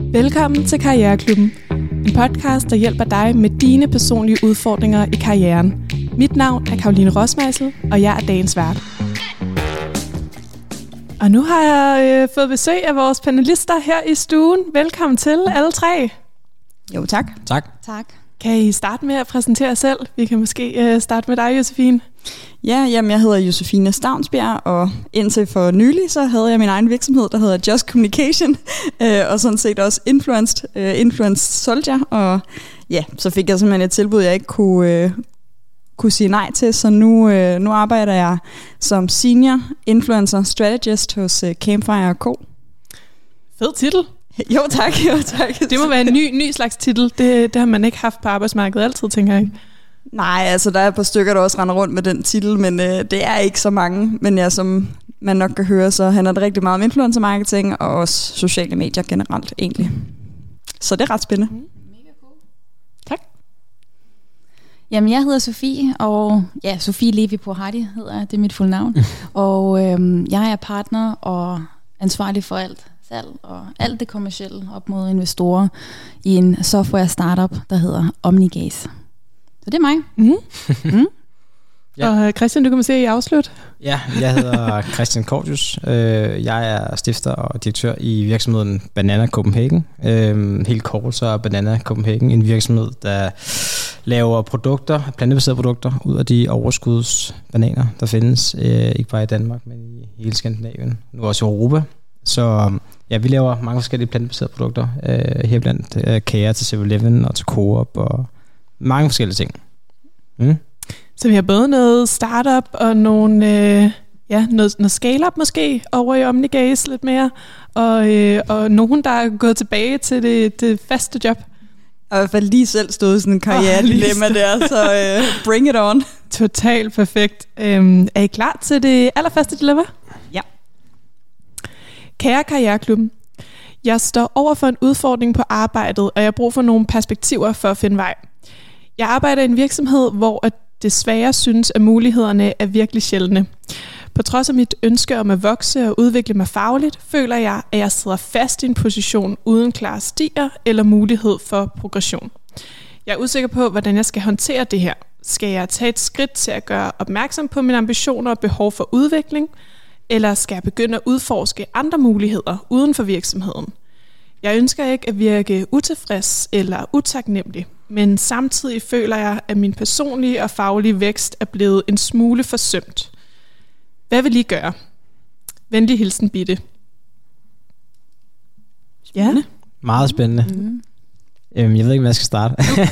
Velkommen til Karriereklubben, en podcast, der hjælper dig med dine personlige udfordringer i karrieren. Mit navn er Karoline Rosmeisel, og jeg er dagens vært. Og nu har jeg fået besøg af vores panelister her i stuen. Velkommen til alle tre. Jo, tak. Tak. Kan I starte med at præsentere jer selv? Vi kan måske starte med dig, Josefine. Ja, jamen, jeg hedder Josefine Stavnsbjerg, og indtil for nylig, så havde jeg min egen virksomhed, der hedder Just Communication, og sådan set også Influenced Soldier, og ja, så fik jeg simpelthen et tilbud, jeg ikke kunne sige nej til, så nu arbejder jeg som Senior Influencer Strategist hos Campfire & Co. Fed titel. Jo tak. Det må være en ny slags titel. Det har man ikke haft på arbejdsmarkedet altid, tænker jeg. Nej, altså der er et par stykker, der også render rundt med den titel, men det er ikke så mange. Men ja, som man nok kan høre, så handler det rigtig meget om influencer marketing og også sociale medier generelt egentlig. Så det er ret spændende. Mega cool. Tak. Jamen, jeg hedder Sofie, og ja, Sofie Levi Pohati hedder det er mit fulde navn. Og jeg er partner og ansvarlig for alt salg og alt det kommercielle op mod investorer i en software startup, der hedder Omnigaze. Så det er mig. Mm. Ja. Og Christian, du kan se i afslut. Ja, jeg hedder Christian Kordius. Jeg er stifter og direktør i virksomheden Banana Copenhagen. Helt kort så er Banana Copenhagen en virksomhed, der laver produkter, plantebaserede produkter, ud af de overskudsbananer, der findes. Ikke bare i Danmark, men i hele Skandinavien. Nu også i Europa. Så ja, vi laver mange forskellige plantebaserede produkter. Heriblandt kager til 7-Eleven og til Coop og mange forskellige ting. Så vi har både noget startup og noget scale-up måske over i Omnigaze lidt mere, og nogen, der er gået tilbage til det faste job. Og i hvert fald lige selv stået i sådan en karriere-dilemma der, så bring it on. Totalt perfekt. Er I klar til det allerførste dilemma? Ja. Kære Karriereklubben, jeg står over for en udfordring på arbejdet, og jeg har brug for nogle perspektiver for at finde vej. Jeg arbejder i en virksomhed, hvor desværre synes, at mulighederne er virkelig sjældne. På trods af mit ønske om at vokse og udvikle mig fagligt, føler jeg, at jeg sidder fast i en position uden klare stier eller mulighed for progression. Jeg er usikker på, hvordan jeg skal håndtere det her. Skal jeg tage et skridt til at gøre opmærksom på mine ambitioner og behov for udvikling, eller skal jeg begynde at udforske andre muligheder uden for virksomheden? Jeg ønsker ikke at virke utilfreds eller utaknemmelig, men samtidig føler jeg, at min personlige og faglige vækst er blevet en smule forsømt. Hvad vil I gøre? Venlig hilsen, Bitte. Spændende. Ja. Meget spændende. Jeg ved ikke, hvad jeg skal starte.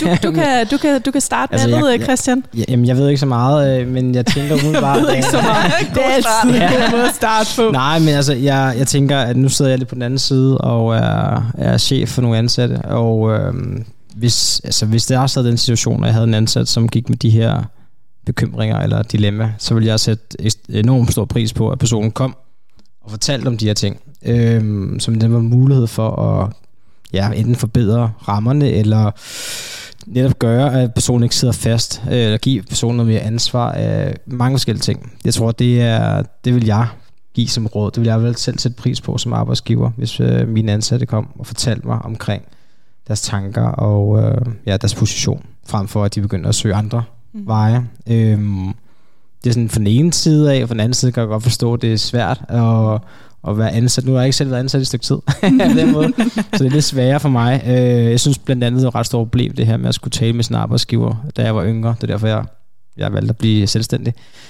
Du kan starte med, Christian. Jeg ved ikke så meget, men jeg tænker umiddelbart... Jeg ved ikke så meget. Det er altid en god måde at starte på. Nej, men altså, jeg tænker, at nu sidder jeg lidt på den anden side og er chef for nogle ansatte, og hvis det er stadig den situation, at jeg havde en ansat, som gik med de her bekymringer eller dilemma, så ville jeg sætte enormt stor pris på, at personen kom og fortalte om de her ting, som det var mulighed for at enten forbedre rammerne, eller netop gøre, at personen ikke sidder fast, eller give personen noget mere ansvar af mange forskellige ting. Jeg tror, det vil jeg give som råd. Det vil jeg vel selv sætte pris på som arbejdsgiver, hvis mine ansatte kom og fortalte mig omkring deres tanker og deres position, frem for at de begynder at søge andre veje. Det er sådan fra den ene side af, og fra den anden side kan jeg godt forstå, at det er svært at være ansat. Nu har jeg ikke selv været ansat i et stykke tid på den måde, så det er lidt sværere for mig. Jeg synes blandt andet, det var et ret stort problem, det her med at skulle tale med sin arbejdsgiver, da jeg var yngre. Det er derfor, jeg valgte at blive selvstændig.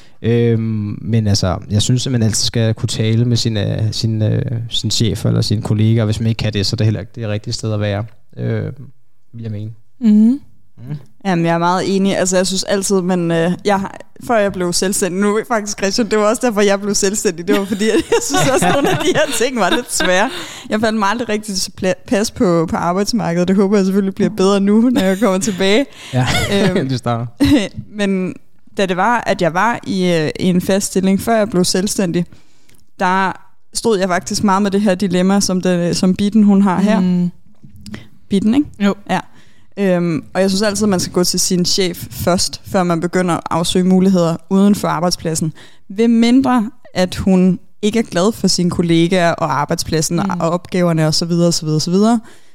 Men altså, jeg synes, at man altid skal kunne tale med sin chef eller sine kollegaer. Hvis man ikke kan det, så er det heller ikke det rigtige sted at være, vil jeg mene. Jamen, jeg er meget enig. Altså, jeg synes altid, før jeg blev selvstændig, nu faktisk Christian, det var også derfor, jeg blev selvstændig. Det var fordi, jeg synes også, at nogle af de her ting var lidt svære. Jeg fandt mig aldrig rigtig pas på arbejdsmarkedet. Det håber jeg selvfølgelig bliver bedre nu, når jeg kommer tilbage. Ja, det starter. Men da det var, at jeg var i en fast stilling, før jeg blev selvstændig, der stod jeg faktisk meget med det her dilemma, som Bitten hun har her. Bitten, ikke? Jo. Ja. Og jeg synes altid, at man skal gå til sin chef først, før man begynder at afsøge muligheder uden for arbejdspladsen. Ved mindre, at hun ikke er glad for sine kollegaer og arbejdspladsen og opgaverne osv.,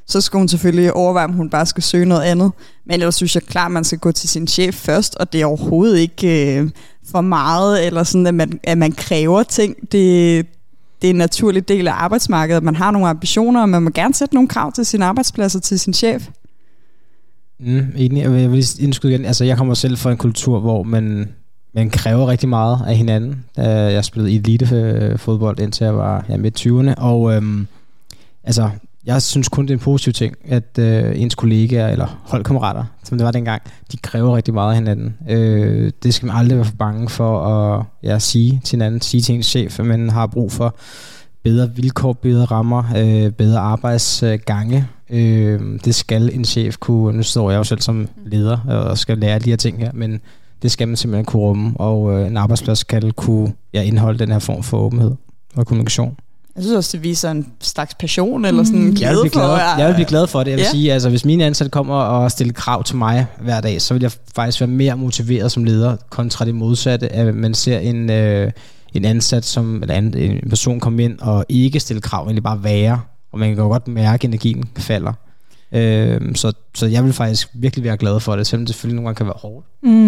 så skal hun selvfølgelig overveje, om hun bare skal søge noget andet. Men ellers synes jeg klart, at man skal gå til sin chef først, og det er overhovedet ikke for meget, eller sådan, at man kræver ting. Det er en naturlig del af arbejdsmarkedet, at man har nogle ambitioner, og man må gerne sætte nogle krav til sin arbejdsplads og til sin chef. Enig. Jeg vil indskyde igen. Altså, jeg kommer selv fra en kultur, hvor man kræver rigtig meget af hinanden. Jeg spillede elitefodbold, indtil jeg var midt 20'erne, og altså, jeg synes kun, det er en positiv ting, at ens kollegaer eller holdkammerater, som det var dengang, de kræver rigtig meget af hinanden. Det skal man aldrig være for bange for at sige til hinanden, sige til ens chef, at man har brug for bedre vilkår, bedre rammer, bedre arbejdsgange. Det skal en chef kunne. Nu står jeg jo selv som leder og skal lære de her ting her, men det skal man simpelthen kunne rumme, og en arbejdsplads skal kunne indeholde den her form for åbenhed og kommunikation. Jeg synes også, det viser en slags passion, eller sådan en glæde for. Jeg vil blive glad for det. Jeg vil sige, altså hvis mine ansatte kommer og stiller krav til mig hver dag, så vil jeg faktisk være mere motiveret som leder, kontra det modsatte, at man ser en ansat, eller en person komme ind og ikke stille krav, egentlig bare være, og man kan jo godt mærke, at energien falder. Så jeg vil faktisk virkelig være glad for det, selvom det selvfølgelig nogle gange kan være hårdt.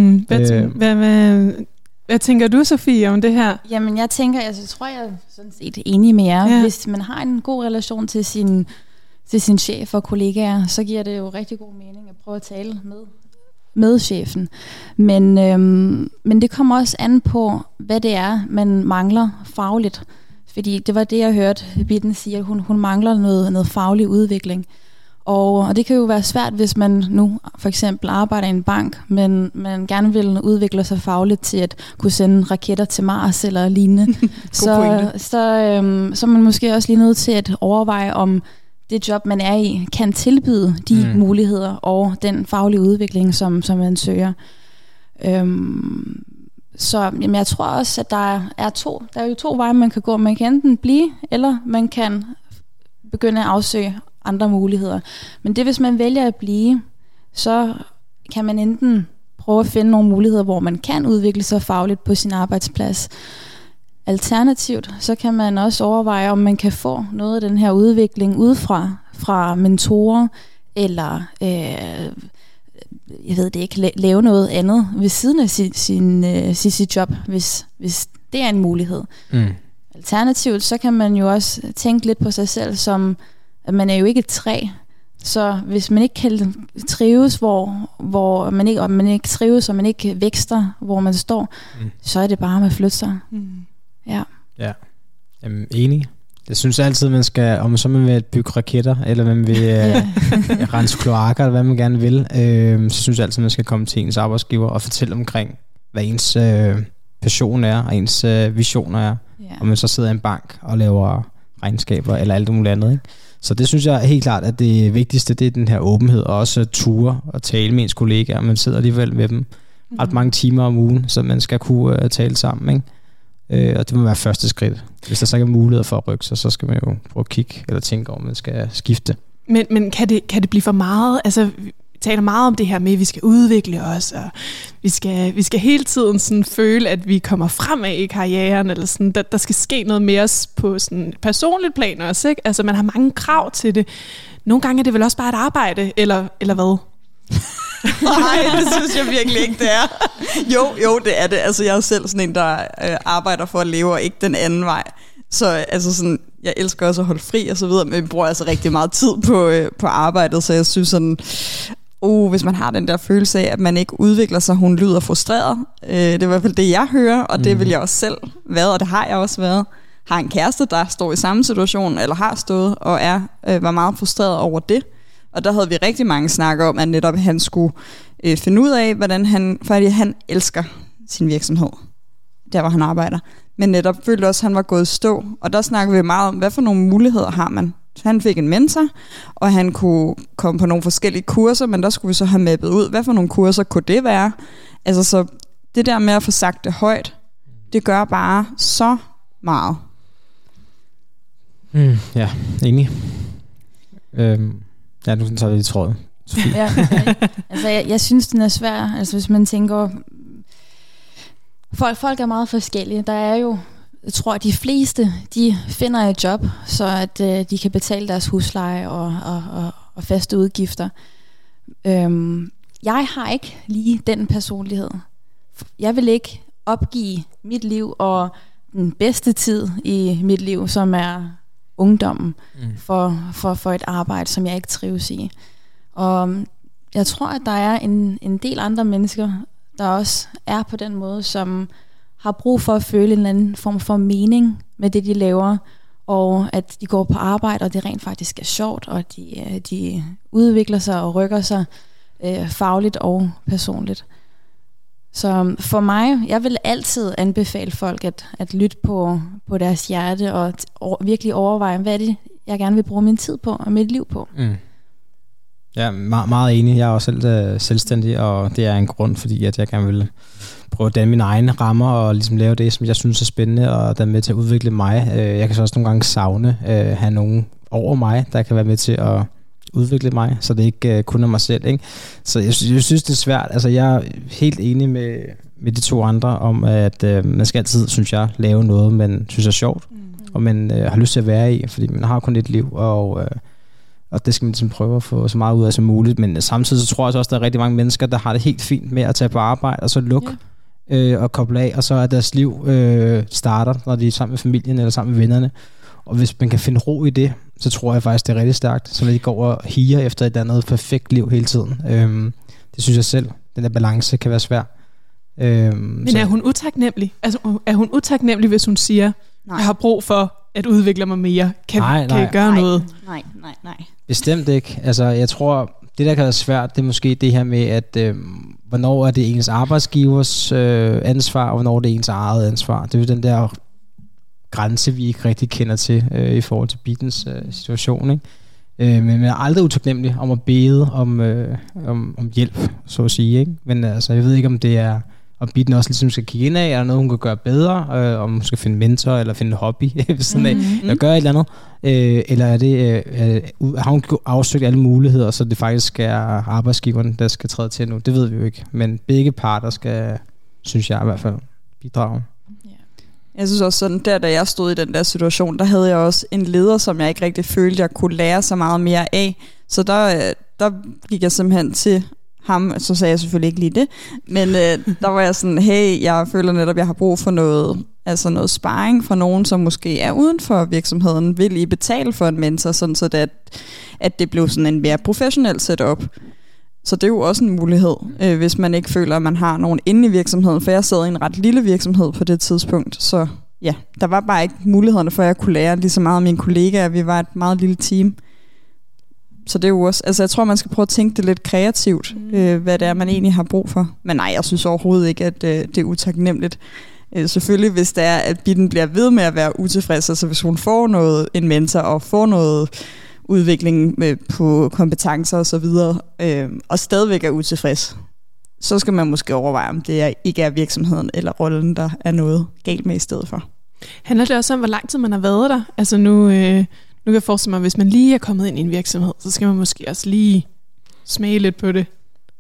Hvad tænker du, Sofie, om det her? Jamen, jeg tror, jeg er sådan set enig med jer. Ja. Hvis man har en god relation til sin chef og kollegaer, så giver det jo rigtig god mening at prøve at tale med chefen. Men det kommer også an på, hvad det er, man mangler fagligt. Fordi det var det, jeg hørte Bitten sige, at hun mangler noget faglig udvikling. Og det kan jo være svært, hvis man nu for eksempel arbejder i en bank, men man gerne vil udvikle sig fagligt til at kunne sende raketter til Mars eller lignende. så er man måske også lige nødt til at overveje, om det job, man er i, kan tilbyde de muligheder og den faglige udvikling, som man søger. Så jeg tror også, at der er jo to veje, man kan gå. Man kan enten blive, eller man kan begynde at afsøge andre muligheder. Men det, hvis man vælger at blive, så kan man enten prøve at finde nogle muligheder, hvor man kan udvikle sig fagligt på sin arbejdsplads. Alternativt, så kan man også overveje, om man kan få noget af den her udvikling udefra, fra mentorer, eller jeg ved det ikke, lave noget andet ved siden af sit job, hvis det er en mulighed. Alternativt, så kan man jo også tænke lidt på sig selv som, at man er jo ikke et træ, så hvis man ikke kan trives, hvor man ikke trives, og man ikke vækster, hvor man står, så er det bare med at flytte sig. Ja. Jamen, enig. Jeg synes altid, man skal, om så man vil bygge raketter, eller man vil rense kloakker, eller hvad man gerne vil, så synes jeg altid, man skal komme til ens arbejdsgiver og fortælle omkring, hvad ens passion er, og ens visioner er. Og man så sidder i en bank og laver regnskaber, eller alt muligt andet, ikke? Så det synes jeg helt klart, at det vigtigste, det er den her åbenhed, og også ture og tale med ens kollegaer. Man sidder alligevel med dem ret mange timer om ugen, så man skal kunne tale sammen, ikke? Og det må være første skridt. Hvis der så ikke er mulighed for at rykke sig, så skal man jo prøve at kigge eller tænke over, om man skal skifte. Men kan det blive for meget? Altså, vi taler meget om det her med, at vi skal udvikle os, og vi skal hele tiden sådan føle, at vi kommer fremad i karrieren, eller sådan, der skal ske noget med os på sådan personligt plan også, ikke? Altså, man har mange krav til det. Nogle gange er det vel også bare et arbejde, eller hvad? Nej, det synes jeg virkelig ikke, det er. Jo, det er det. Altså, jeg er selv sådan en, der arbejder for at leve, og ikke den anden vej. Så altså sådan, jeg elsker også at holde fri og så videre, men jeg bruger altså rigtig meget tid på arbejdet, så jeg synes sådan, hvis man har den der følelse af, at man ikke udvikler sig, hun lyder frustreret. Det er i hvert fald det, jeg hører, og det vil jeg også selv være, og det har jeg også været. Har en kæreste, der står i samme situation, eller har stået, og var meget frustreret over det. Og der havde vi rigtig mange snakker om, at netop han skulle finde ud af, hvordan fordi han elsker sin virksomhed, der hvor han arbejder. Men netop følte også, at han var gået stå. Og der snakkede vi meget om, hvad for nogle muligheder har man. Så han fik en mentor, og han kunne komme på nogle forskellige kurser, men der skulle vi så have mappet ud, hvad for nogle kurser kunne det være. Altså så det der med at få sagt det højt, det gør bare så meget. Ja, enig. Ja, nu tager vi lidt tråd. Ja, okay. Altså jeg synes, den er svær. Altså hvis man tænker, folk er meget forskellige. Der er jo, jeg tror, at de fleste, de finder et job, så at de kan betale deres husleje og faste udgifter. Jeg har ikke lige den personlighed. Jeg vil ikke opgive mit liv og den bedste tid i mit liv, som er ungdommen, for et arbejde, som jeg ikke trives i. Og jeg tror, at der er en del andre mennesker, der også er på den måde, som har brug for at føle en eller anden form for mening med det, de laver, og at de går på arbejde, og det rent faktisk er sjovt, og de udvikler sig og rykker sig fagligt og personligt. Så for mig, jeg vil altid anbefale folk at lytte på deres hjerte og virkelig overveje, hvad er det, jeg gerne vil bruge min tid på og mit liv på. Ja, meget enig. Jeg er også selv selvstændig, og det er en grund, fordi at jeg gerne vil prøve at danne mine egne rammer og ligesom lave det, som jeg synes er spændende, og der er med til at udvikle mig. Jeg kan så også nogle gange savne at have nogen over mig, der kan være med til at udvikle mig, så det ikke kun er mig selv, ikke? Så jeg synes, det er svært. Altså, jeg er helt enig med de to andre om, at man skal altid, synes jeg, lave noget, man synes er sjovt, og man har lyst til at være i, fordi man har kun et liv, og det skal man ligesom prøve at få så meget ud af som muligt. Men samtidig så tror jeg også, at der er rigtig mange mennesker, der har det helt fint med at tage på arbejde, og så lukke og koble af, og så er deres liv starter, når de er sammen med familien eller sammen med vennerne. Og hvis man kan finde ro i det, så tror jeg faktisk, det er rigtig stærkt, så man ikke går og higer efter et andet perfekt liv hele tiden. Det synes jeg selv. Den der balance kan være svær. Men er hun utaknemmelig? Altså, er hun utaknemmelig, hvis hun siger, jeg har brug for at udvikle mig mere? Kan jeg gøre noget? Nej. Bestemt ikke. Altså, jeg tror, det der kan være svært, det er måske det her med, at hvornår er det ens arbejdsgivers ansvar, og hvornår er det ens eget ansvar. Det er jo den der grænse, vi ikke rigtig kender til i forhold til Bittens situation, ikke? Men man er aldrig utaknemmelig om at bede om hjælp, så at sige, ikke? Men altså, jeg ved ikke, om det er, om Bitten også ligesom skal kigge ind af, eller noget, hun kan gøre bedre, om hun skal finde mentor, eller finde en hobby, sådan eller gøre et eller andet, eller er det, har hun afsøgt alle muligheder, så det faktisk er arbejdsgiveren, der skal træde til nu? Det ved vi jo ikke, men begge parter skal, synes jeg i hvert fald, bidrage. Jeg synes også sådan, da jeg stod i den der situation, der havde jeg også en leder, som jeg ikke rigtig følte, jeg kunne lære så meget mere af. Så der gik jeg simpelthen til ham, så sagde jeg selvfølgelig ikke lige det, men der var jeg sådan, hey, jeg føler netop, jeg har brug for noget sparring fra nogen, som måske er uden for virksomheden. Vil I betale for en mentor, sådan så at det blev sådan en mere professionel setup? Så det er jo også en mulighed, hvis man ikke føler, at man har nogen inde i virksomheden, for jeg sad i en ret lille virksomhed på det tidspunkt, så ja, der var bare ikke mulighederne for, at jeg kunne lære lige så meget af mine kollegaer. Vi var et meget lille team. Så det er jo også, altså jeg tror, man skal prøve at tænke det lidt kreativt, hvad det er, man egentlig har brug for. Men nej, jeg synes overhovedet ikke, at det er utaknemmeligt. Selvfølgelig, hvis det er, at Bitten bliver ved med at være utilfreds, altså hvis hun får en mentor og får noget udvikling på kompetencer og så videre, og stadigvæk er utilfreds, så skal man måske overveje, om det ikke er virksomheden eller rollen, der er noget galt med i stedet for. Handler det også om, hvor lang tid man har været der? Altså nu kan jeg forestille mig, hvis man lige er kommet ind i en virksomhed, så skal man måske også lige smage lidt på det.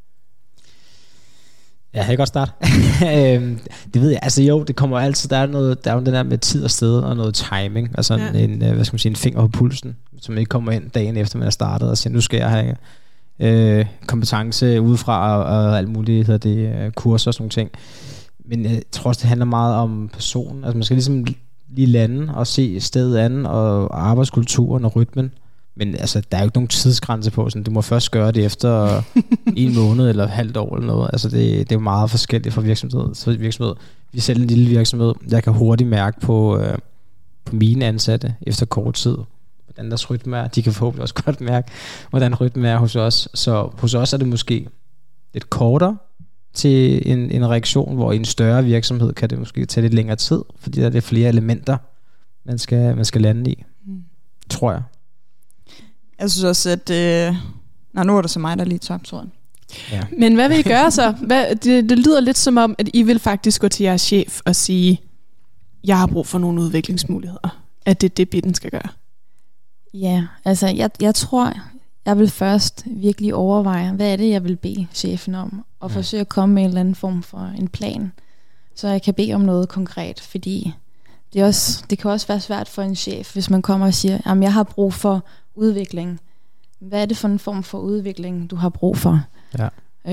Ja, jeg kan godt starte. Det ved jeg. Altså jo, det kommer altid, der er jo den der med tid og sted og noget timing, altså en finger på pulsen, som ikke kommer ind dagen efter man er startet og siger, nu skal jeg have kompetence udefra og alt muligt, kurser og sådan nogle ting. Men jeg tror også, det handler meget om personen. Altså man skal ligesom lige lande og se stedet an og arbejdskulturen og rytmen. Men altså, der er jo ikke nogen tidsgrænse på, sådan, du må først gøre det efter 1 måned eller et halvt år eller noget. Altså, det er jo meget forskelligt fra virksomhed til virksomhed. Vi er selv en lille virksomhed. Jeg kan hurtigt mærke på mine ansatte efter kort tid, hvordan deres rytme er. De kan forhåbentlig også godt mærke, hvordan rytmen er hos os. Så hos os er det måske lidt kortere til en reaktion, hvor i en større virksomhed kan det måske tage lidt længere tid, fordi der er lidt flere elementer, man skal lande i, tror jeg. Jeg synes også, at nu er det så mig, der lige tager tråden. Ja. Men hvad vil I gøre så? Det lyder lidt som om, at I vil faktisk gå til jeres chef og sige, jeg har brug for nogle udviklingsmuligheder. At det er det, Bitten skal gøre. Ja, altså jeg tror, jeg vil først virkelig overveje, hvad er det, jeg vil bede chefen om, og forsøge at komme med en eller anden form for en plan, så jeg kan bede om noget konkret, fordi det kan også være svært for en chef, hvis man kommer og siger, jamen jeg har brug for udvikling, hvad er det for en form for udvikling, du har brug for? Ja.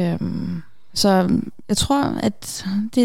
Så jeg tror, at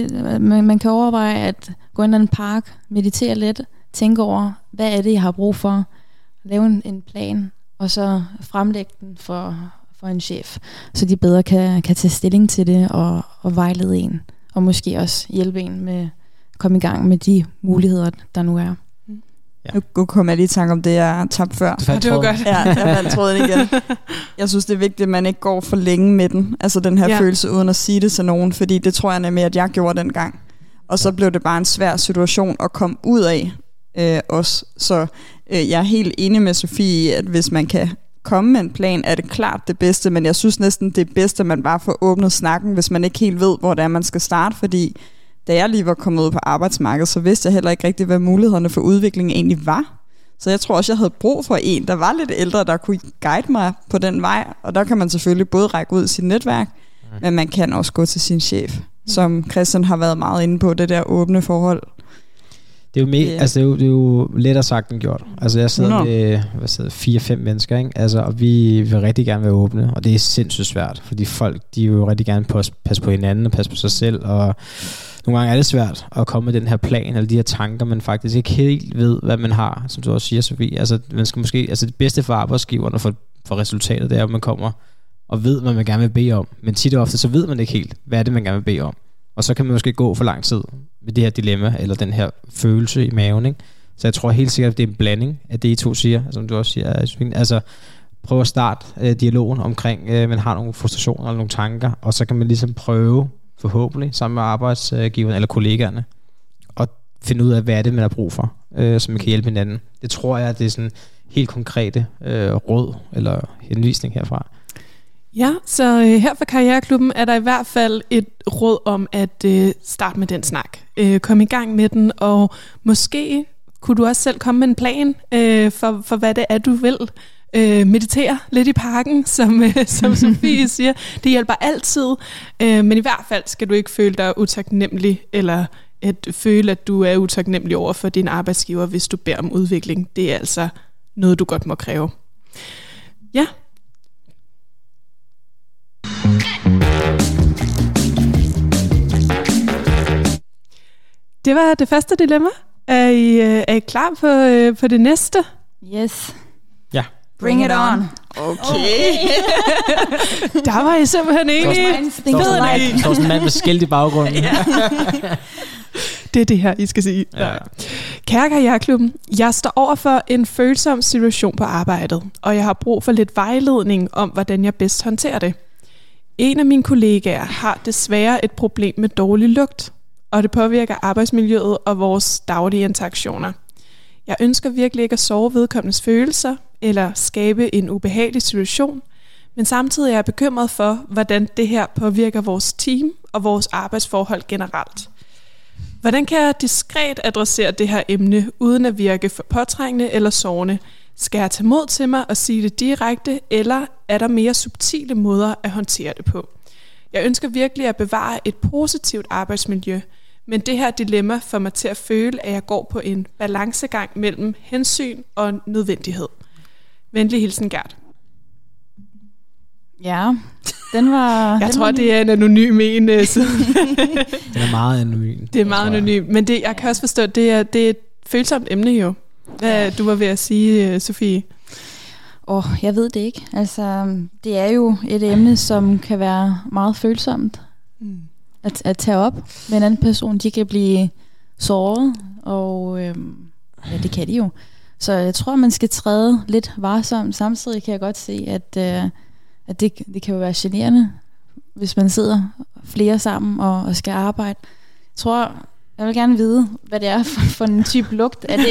man kan overveje at gå ind i en park, meditere lidt, tænke over, hvad er det, jeg har brug for, lave en plan, og så fremlægge den for en chef, så de bedre kan tage stilling til det og vejlede en, og måske også hjælpe en med at komme i gang med de muligheder, der nu er. Ja. Nu kommer jeg lige i tanke om det, jeg tabte før. Det var godt. Ja, jeg fandt tråden igen. Jeg synes, det er vigtigt, at man ikke går for længe med den. Altså den her følelse, uden at sige det til nogen. Fordi det tror jeg nemlig, at jeg gjorde dengang. Og så blev det bare en svær situation at komme ud af også. Så jeg er helt enig med Sofie i, at hvis man kan komme med en plan, er det klart det bedste. Men jeg synes næsten, det er bedst, at man bare får åbnet snakken, hvis man ikke helt ved, hvor det er, man skal starte. Fordi da jeg lige var kommet ud på arbejdsmarkedet, så vidste jeg heller ikke rigtigt, hvad mulighederne for udvikling egentlig var. Så jeg tror også, jeg havde brug for en, der var lidt ældre, der kunne guide mig på den vej. Og der kan man selvfølgelig både række ud i sit netværk, men man kan også gå til sin chef, som Christian har været meget inde på, det der åbne forhold. Det er jo, det er jo lettere sagt end gjort. Altså jeg sidder med 4-5 mennesker, ikke? Altså, og vi vil rigtig gerne være åbne, og det er sindssygt svært, fordi folk, de vil jo rigtig gerne passe på hinanden og passe på sig selv, og nogle gange er det svært at komme med den her plan, eller de her tanker, man faktisk ikke helt ved, hvad man har, som du også siger, Sofie. Altså, man skal måske, altså det bedste for arbejdsgiverne for resultatet, det er, at man kommer og ved, hvad man gerne vil bede om. Men tit og ofte, så ved man ikke helt, hvad er det, man gerne vil bede om. Og så kan man måske gå for lang tid med det her dilemma, eller den her følelse i maven, ikke? Så jeg tror helt sikkert, at det er en blanding af det, I to siger, som du også siger, Sofie. Altså, prøv at starte dialogen omkring, man har nogle frustrationer eller nogle tanker, og så kan man ligesom prøve, forhåbentlig, sammen med arbejdsgiveren eller kollegaerne, og finde ud af, hvad er det, man har brug for, så man kan hjælpe hinanden. Det tror jeg, at det er sådan helt konkrete råd eller henvisning herfra. Ja, så her fra Karriereklubben er der i hvert fald et råd om at starte med den snak. Kom i gang med den, og måske kunne du også selv komme med en plan for hvad det er, du vil. Meditere lidt i parken, som Sofie siger. Det hjælper altid, men i hvert fald skal du ikke føle dig utaknemmelig, eller at føle, at du er utaknemmelig over for din arbejdsgiver, hvis du beder om udvikling. Det er altså noget, du godt må kræve. Ja. Det var det første dilemma. Er I klar på det næste? Yes. Ja. Bring it on. Okay. Der var I simpelthen enige. Der var sådan en mand med skilt i baggrunden. Ja. Det er det her, I skal sige. Ja. Kære Karriereklubben, jeg står over for en følsom situation på arbejdet, og jeg har brug for lidt vejledning om, hvordan jeg bedst håndterer det. En af mine kollegaer har desværre et problem med dårlig lugt, og det påvirker arbejdsmiljøet og vores daglige interaktioner. Jeg ønsker virkelig ikke at såre vedkommendes følelser eller skabe en ubehagelig situation, men samtidig er jeg bekymret for, hvordan det her påvirker vores team og vores arbejdsforhold generelt. Hvordan kan jeg diskret adressere det her emne, uden at virke for påtrængende eller sårende? Skal jeg tage mod til mig og sige det direkte, eller er der mere subtile måder at håndtere det på? Jeg ønsker virkelig at bevare et positivt arbejdsmiljø, men det her dilemma får mig til at føle, at jeg går på en balancegang mellem hensyn og nødvendighed. Venlig hilsen, Gert. Ja, den var... Jeg tror, det er en anonym en. Den er meget anonym. Det er meget anonym, men det, jeg kan også forstå, at det er et følsomt emne jo. Hvad du var ved at sige, Sofie? Jeg ved det ikke. Altså, det er jo et emne, som kan være meget følsomt at tage op med en anden person. De kan blive såret, og det kan de jo. Så jeg tror, man skal træde lidt varsomt. Samtidig kan jeg godt se, at det kan jo være generende, hvis man sidder flere sammen og skal arbejde. Jeg tror, jeg vil gerne vide, hvad det er for en type lugt. Er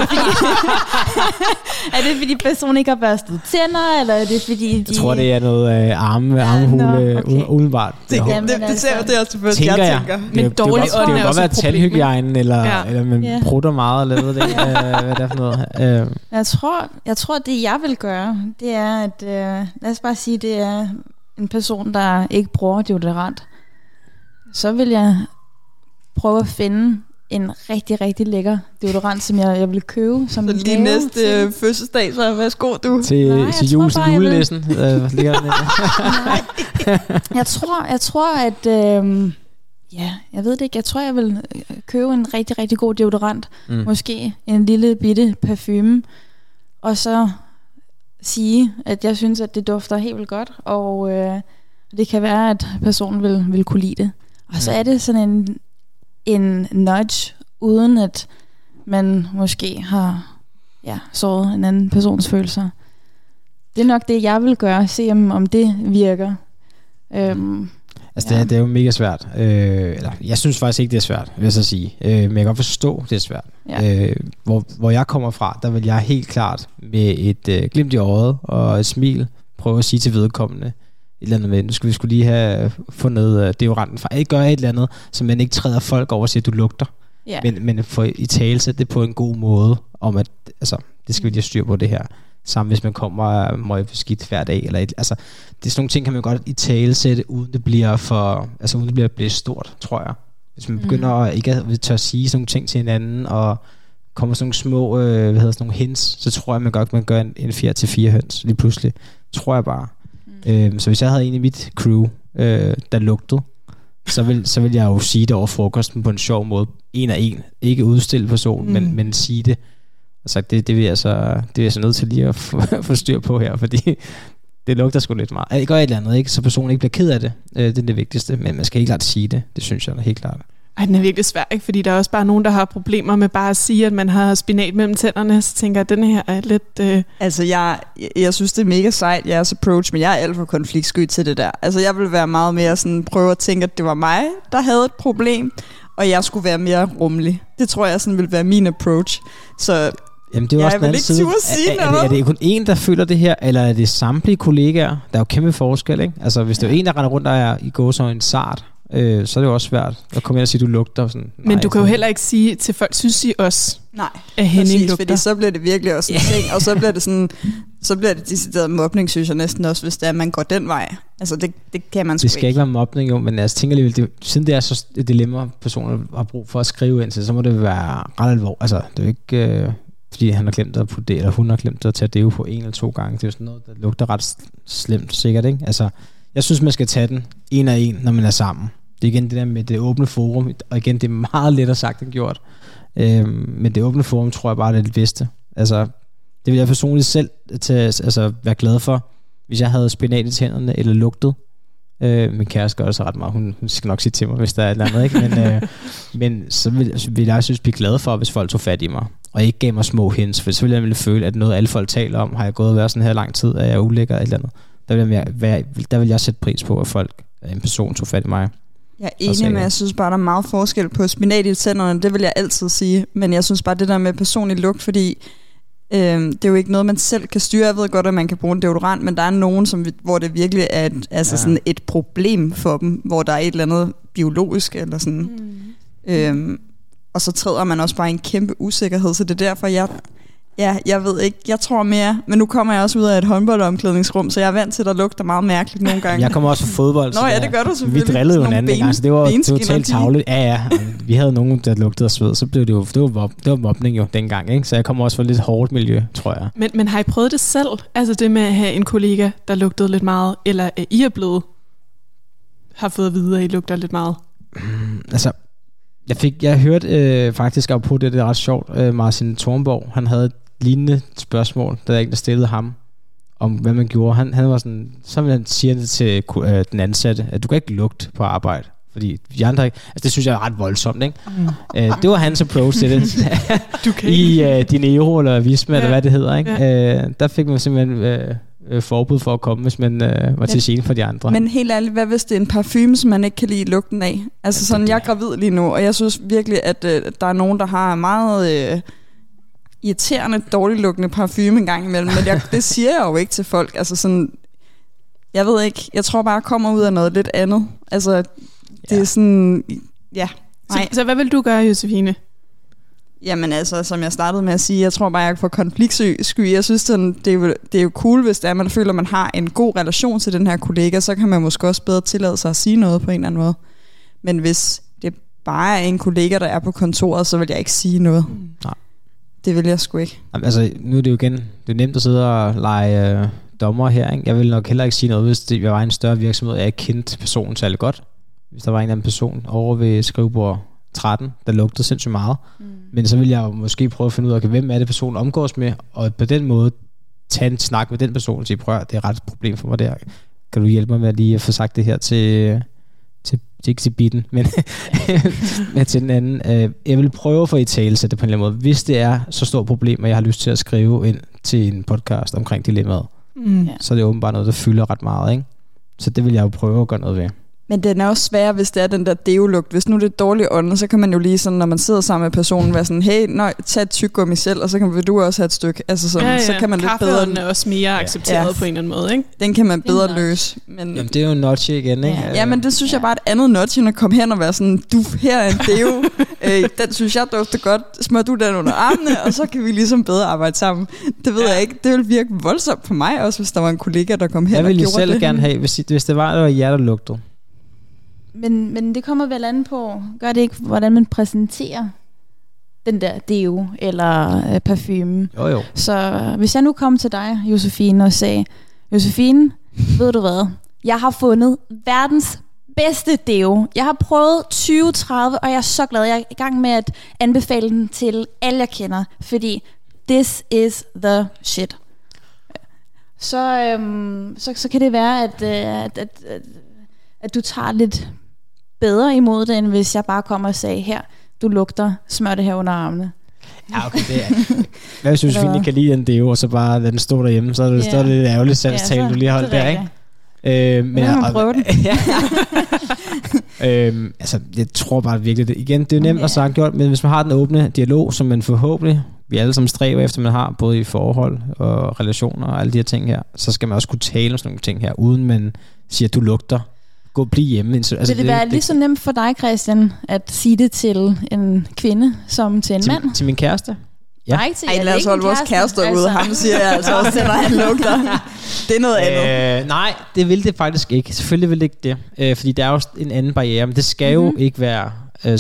det fordi personen ikke har børstet tænder, eller er det fordi de... Jeg tror, det er noget armhule umiddelbart. Det er selvfølgelig, jeg tænker. Men dårlig ånd er jo også være et problem. tandhygiejnen, eller man prutter meget, eller hvad det er, hvad det er for noget. Jeg tror, det jeg vil gøre, det er, at lad os bare sige, det er en person, der ikke bruger deodorant. Så vil jeg prøve at finde en rigtig, rigtig lækker deodorant, som jeg vil købe. Som så lige næste fødselsdag, så værsgo du. Til julenæsen. Jeg tror, at... jeg ved det ikke. Jeg tror, jeg vil købe en rigtig, rigtig god deodorant. Måske en lille bitte parfume. Og så sige, at jeg synes, at det dufter helt vildt godt. Og det kan være, at personen vil kunne lide det. Og så er det sådan en nudge, uden at man måske har såret en anden persons følelser. Det er nok det, jeg vil gøre. Se om det virker. Det er jo mega svært. Jeg synes faktisk ikke, det er svært, vil jeg så sige. Men jeg kan godt forstå, det er svært. Ja. Hvor jeg kommer fra, der vil jeg helt klart med et glimt i øjet og et smil prøve at sige til vedkommende et eller andet med, nu skal vi skulle lige have fundet deodoranten fra. Ikke gøre et eller andet, så man ikke træder folk over og siger, at du lugter. Yeah. Men få i tale sætte det på en god måde, om at det skal vi lige styre på det her. Sammen hvis man kommer møgbeskidt hver dag eller det er sådan nogle ting kan man godt i tale sætte uden det bliver stort, tror jeg. Hvis man begynder at ikke at tør sige sådan nogle ting til hinanden og kommer sådan nogle små sådan nogle hints, så tror jeg man godt man gør en 4 til 4 høns lige pludselig. Tror jeg bare. Så hvis jeg havde en i mit crew der lugtede, så vil jeg jo sige det over frokosten på en sjov måde, en af en, ikke udstille personen, men sige det. Altså det vil jeg så nødt til lige at få styr på her, fordi det lugter sgu lidt meget. Jeg gør et eller andet, ikke? Så personen ikke bliver ked af det. Det er det vigtigste, men man skal helt klart sige det. Det synes jeg er helt klart. Ej, den er virkelig svær, ikke? Fordi der er også bare nogen, der har problemer med bare at sige, at man har spinat mellem tænderne. Så tænker jeg, at den her er lidt... Altså, jeg synes, det er mega sejt, jeres approach, men jeg er alt for konfliktsky til det der. Altså, jeg vil være meget mere sådan, prøve at tænke, at det var mig, der havde et problem, og jeg skulle være mere rummelig. Det tror jeg sådan vil være min approach. Så... Jamen, det er også vil ikke turde sige noget. Er det kun én, der føler det her, eller er det samtlige kollegaer? Der er jo kæmpe forskel, ikke? Altså, hvis det er en, der render rundt og er i gåseøjne sart, så er det jo også svært at komme ind og sige, at du lugter. Sådan, men du kan jo heller ikke sige til folk, synes I også, at Henning lugter? Fordi så bliver det virkelig også en ting, og så bliver det sådan, så bliver det decideret mobning, synes jeg næsten også, hvis det er, at man går den vej. Altså, det kan man sgu ikke. Det skal ikke være mobning, jo, men jeg tænker alligevel, siden det er så et dilemma, personer har brug for at skrive ind til, så må det være ret alvorligt. Altså, det er jo ikke... fordi han har glemt at putte det, eller hun har glemt at tage deo på 1 eller 2 gange. Det er jo sådan noget, der lugter ret slemt, sikkert, ikke? Altså, jeg synes, man skal tage den en af en, når man er sammen. Det er igen det der med det åbne forum, og igen, det er meget lettere sagt end gjort. Men det åbne forum, tror jeg bare, det er det bedste. Altså, det vil jeg personligt selv være glad for, hvis jeg havde spinat i tænderne, eller lugtet. Min kæreste gør det så ret meget. Hun skal nok sige til mig, hvis der er et eller andet, ikke? Men så vil jeg synes blive glad for, hvis folk tog fat i mig og ikke gav mig små hints, for så ville jeg føle, at noget alle folk taler om, har jeg gået og været sådan her lang tid, er jeg ulækker et eller andet. Der vil jeg sætte pris på, at folk, en person tog fat i mig. Jeg er enig med, jeg synes bare, der er meget forskel på spinat i tænderne, det vil jeg altid sige, men jeg synes bare, det der med personlig lugt, fordi det er jo ikke noget, man selv kan styre. Jeg ved godt, at man kan bruge en deodorant, men der er nogen, hvor det virkelig er sådan et problem for dem, hvor der er et eller andet biologisk, eller sådan. Og så træder man også bare i en kæmpe usikkerhed, så det er derfor, jeg ved ikke, jeg tror mere, men nu kommer jeg også ud af et håndboldomklædningsrum, så jeg er vant til, at der lugter meget mærkeligt nogle gange. Jeg kommer også fra fodbold. Nå ja, det gør du selvfølgelig. Vi drillede jo en anden gang, så det var totalt tavligt. Ja. Vi havde nogen, der lugtede af sved, så blev det var mobning jo dengang, ikke? Så jeg kommer også fra lidt hårdt miljø, tror jeg. Men har I prøvet det selv? Altså det med at have en kollega, der lugtede lidt meget, eller I er blevet har fået at vide, at I lugter lidt meget? Altså, jeg hørte faktisk på det er ret sjovt, Martin Thornborg, han havde et lignende spørgsmål, der ikke der stillede ham, om hvad man gjorde. Han var sådan, så ville han sige det til den ansatte, at du kan ikke lugte på arbejde, fordi vi andre ikke, altså det synes jeg er ret voldsomt, ikke? Det var hans approach til det. I Dinero eller Visma, eller hvad det hedder, ikke? Der fik man simpelthen forbud for at komme, hvis man var til gene for de andre. Men helt ærligt, hvad hvis det er en parfume, som man ikke kan lide lugten af? Altså sådan, jeg er gravid lige nu, og jeg synes virkelig, at der er nogen, der har meget irriterende, dårligt lugtende parfume en gang imellem, men det siger jeg jo ikke til folk. Altså sådan, jeg ved ikke, jeg tror bare, jeg kommer ud af noget lidt andet. Altså, det er sådan, ja. Så hvad vil du gøre, Josefine? Jamen altså, som jeg startede med at sige, jeg tror bare, jeg er for konfliktsky. Jeg synes, det er jo cool, hvis det er, man føler, at man har en god relation til den her kollega, så kan man måske også bedre tillade sig at sige noget på en eller anden måde. Men hvis det bare er en kollega, der er på kontoret, så vil jeg ikke sige noget. Nej. Det vil jeg sgu ikke. Altså, nu er det jo igen, det er nemt at sidde og lege dommer her, ikke? Jeg vil nok heller ikke sige noget, hvis det var en større virksomhed, jeg ikke kendte personen særlig godt. Hvis der var en eller anden person over ved skrivebord 13, der lugtede sindssygt meget. Men så vil jeg jo måske prøve at finde ud af, hvem er det personen omgås med, og på den måde tage en snak med den person og sige, prøv, det er ret et problem for mig der. Kan du hjælpe mig med at lige få sagt det her til ikke til bitten, men til den anden. Jeg vil prøve at få i tale sætte det på en eller anden måde. Hvis det er så stort problem, at jeg har lyst til at skrive ind til en podcast omkring dilemmaet, så er det åbenbart noget, der fylder ret meget, ikke? Så det vil jeg jo prøve at gøre noget ved. Men den er også svær, hvis det er den der deo-lugt. Hvis nu det er dårlig ånd, så kan man jo lige sådan, når man sidder sammen med personen, være sådan, hey, tag et tyggegummi selv, og så vil du også have et stykke. Altså sådan, så kan man lidt bedre... Kaffeånden er også mere accepteret på en eller anden måde, ikke? Den kan man bedre løse. Men... Jamen, det er jo en notch igen, ikke? Ja, men det synes jeg bare er et andet notch, end at komme hen og være sådan, du, her er en deo. Den synes jeg dufter godt. Smør du den under armene, og så kan vi ligesom bedre arbejde sammen. Det ved jeg ikke. Det ville virke voldsomt på mig også, hvis der var en kollega, der kom hen og gjorde det. Jeg ville selv gerne have, hvis det var jer, der lugtede. Men det kommer vel an på, gør det ikke, hvordan man præsenterer den der deo eller parfume. Jo. Så hvis jeg nu kom til dig, Josefine, og sagde, Josefine, ved du hvad? Jeg har fundet verdens bedste deo. Jeg har prøvet 20-30, og jeg er så glad. Jeg er i gang med at anbefale den til alle, jeg kender, fordi this is the shit. Så kan det være, at du tager lidt bedre imod det, end hvis jeg bare kommer og sagde, her, du lugter, smør det her under armene. Ja, okay, det er... Hvad hvis Josefine kan lide en deo, og så bare lad den stå derhjemme, så er det lidt ærgerligt salgstale, du lige har holdt der, ikke? Men man prøve den. Altså, jeg tror bare virkelig det. Igen, det er jo nemt at sagt gjort, men hvis man har den åbne dialog, som man forhåbentlig, vi alle sammen stræber efter, man har, både i forhold og relationer og alle de her ting her, så skal man også kunne tale om sådan nogle ting her, uden man siger, at du lugter. Gå og blive hjemme. Altså, vil det være lige så nemt for dig, Christian, at sige det til en kvinde, som til en mand? Til min kæreste? Ja. Nej, til lad os holde vores kærester ude. Ham siger jeg altså også, at han lugter. Det er noget andet. Nej, det vil det faktisk ikke. Selvfølgelig vil det ikke det. Fordi der er jo en anden barriere. Men det skal jo ikke være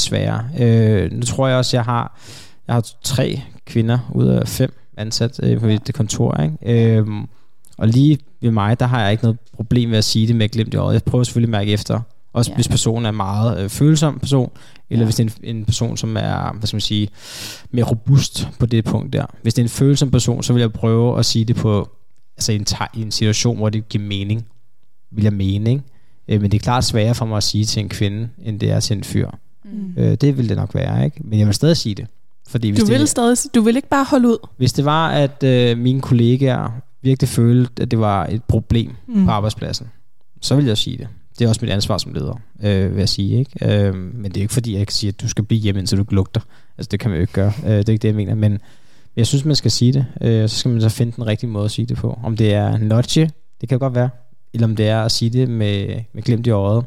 sværere. Nu tror jeg også, jeg har 3 kvinder ud af 5 ansat på det kontor. Ikke? Og lige ved mig, der har jeg ikke noget problem med at sige det med glimt i øjet. Jeg prøver selvfølgelig at mærke efter. Også hvis personen er meget følsom person, eller hvis det er en person, som er, hvad skal man sige, mere robust på det punkt der. Hvis det er en følsom person, så vil jeg prøve at sige det på, altså i en situation, hvor det giver mening. Vil jeg mene, ikke? Men det er klart sværere for mig at sige til en kvinde, end det er til en fyr. Det vil det nok være, ikke? Men jeg vil stadig sige det. Fordi hvis du vil ikke bare holde ud. Hvis det var, at mine kollegaer virkelig følte, at det var et problem på arbejdspladsen, så vil jeg sige det. Det er også mit ansvar som leder, vil jeg sige, ikke? Men det er ikke fordi, jeg kan sige, at du skal blive hjemme, indtil du ikke lugter. Altså, det kan man jo ikke gøre. Det er ikke det, jeg mener. Men jeg synes, man skal sige det. Så skal man så finde den rigtige måde at sige det på. Om det er notche, det kan godt være. Eller om det er at sige det med glimt i øjet.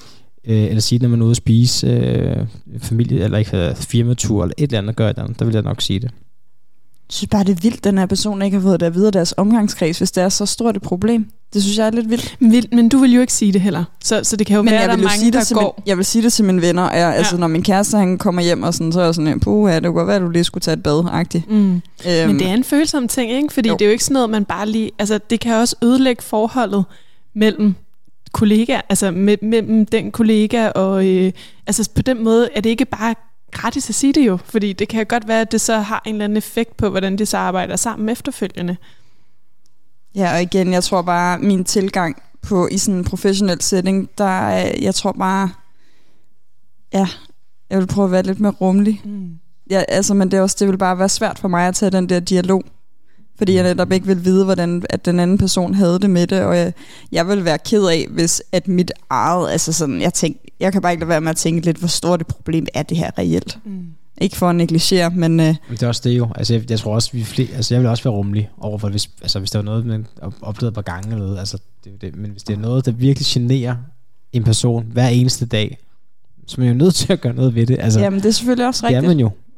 Eller sige det, når man er ude at spise familie, eller ikke firmatur, eller et eller andet, gør et eller andet. Der vil jeg nok sige det. Jeg synes bare, det er vildt, den her person ikke har fået det at vide af deres omgangskreds, hvis det er så stort et problem. Det synes jeg er lidt vildt. Men du vil jo ikke sige det heller. Så det kan jo være, at der er mange, der går. Jeg vil sige det til mine venner. Altså, når min kæreste han kommer hjem, og sådan, så er jeg sådan, det kunne godt være, at du lige skulle tage et bad-agtigt. Men det er en følsom ting, ikke? Fordi det er jo ikke sådan noget, man bare lige... Altså, det kan også ødelægge forholdet mellem kollegaer, altså mellem den kollega og... altså, på den måde er det ikke bare gratis at sige det jo, fordi det kan godt være, at det så har en eller anden effekt på, hvordan de så arbejder sammen efterfølgende. Ja, og igen, jeg tror bare, min tilgang i sådan en professionel setting, jeg tror bare, jeg vil prøve at være lidt mere rummelig. Ja, altså, men det vil bare være svært for mig at tage den der dialog, fordi jeg netop ikke vil vide, hvordan at den anden person havde det med det, og jeg vil være ked af, hvis at mit eget, altså sådan, jeg kan bare ikke lade være med at tænke lidt, hvor stort et problem er det her reelt. Ikke for at negligere, men... Det er også det jo. Altså, jeg tror også, jeg vil også være rummelig overfor, hvis der var noget, man oplevede et par gange eller noget. Altså, men hvis det er noget, der virkelig generer en person hver eneste dag, så er man jo nødt til at gøre noget ved det. Altså, jamen, det er selvfølgelig også rigtigt. Det er man jo.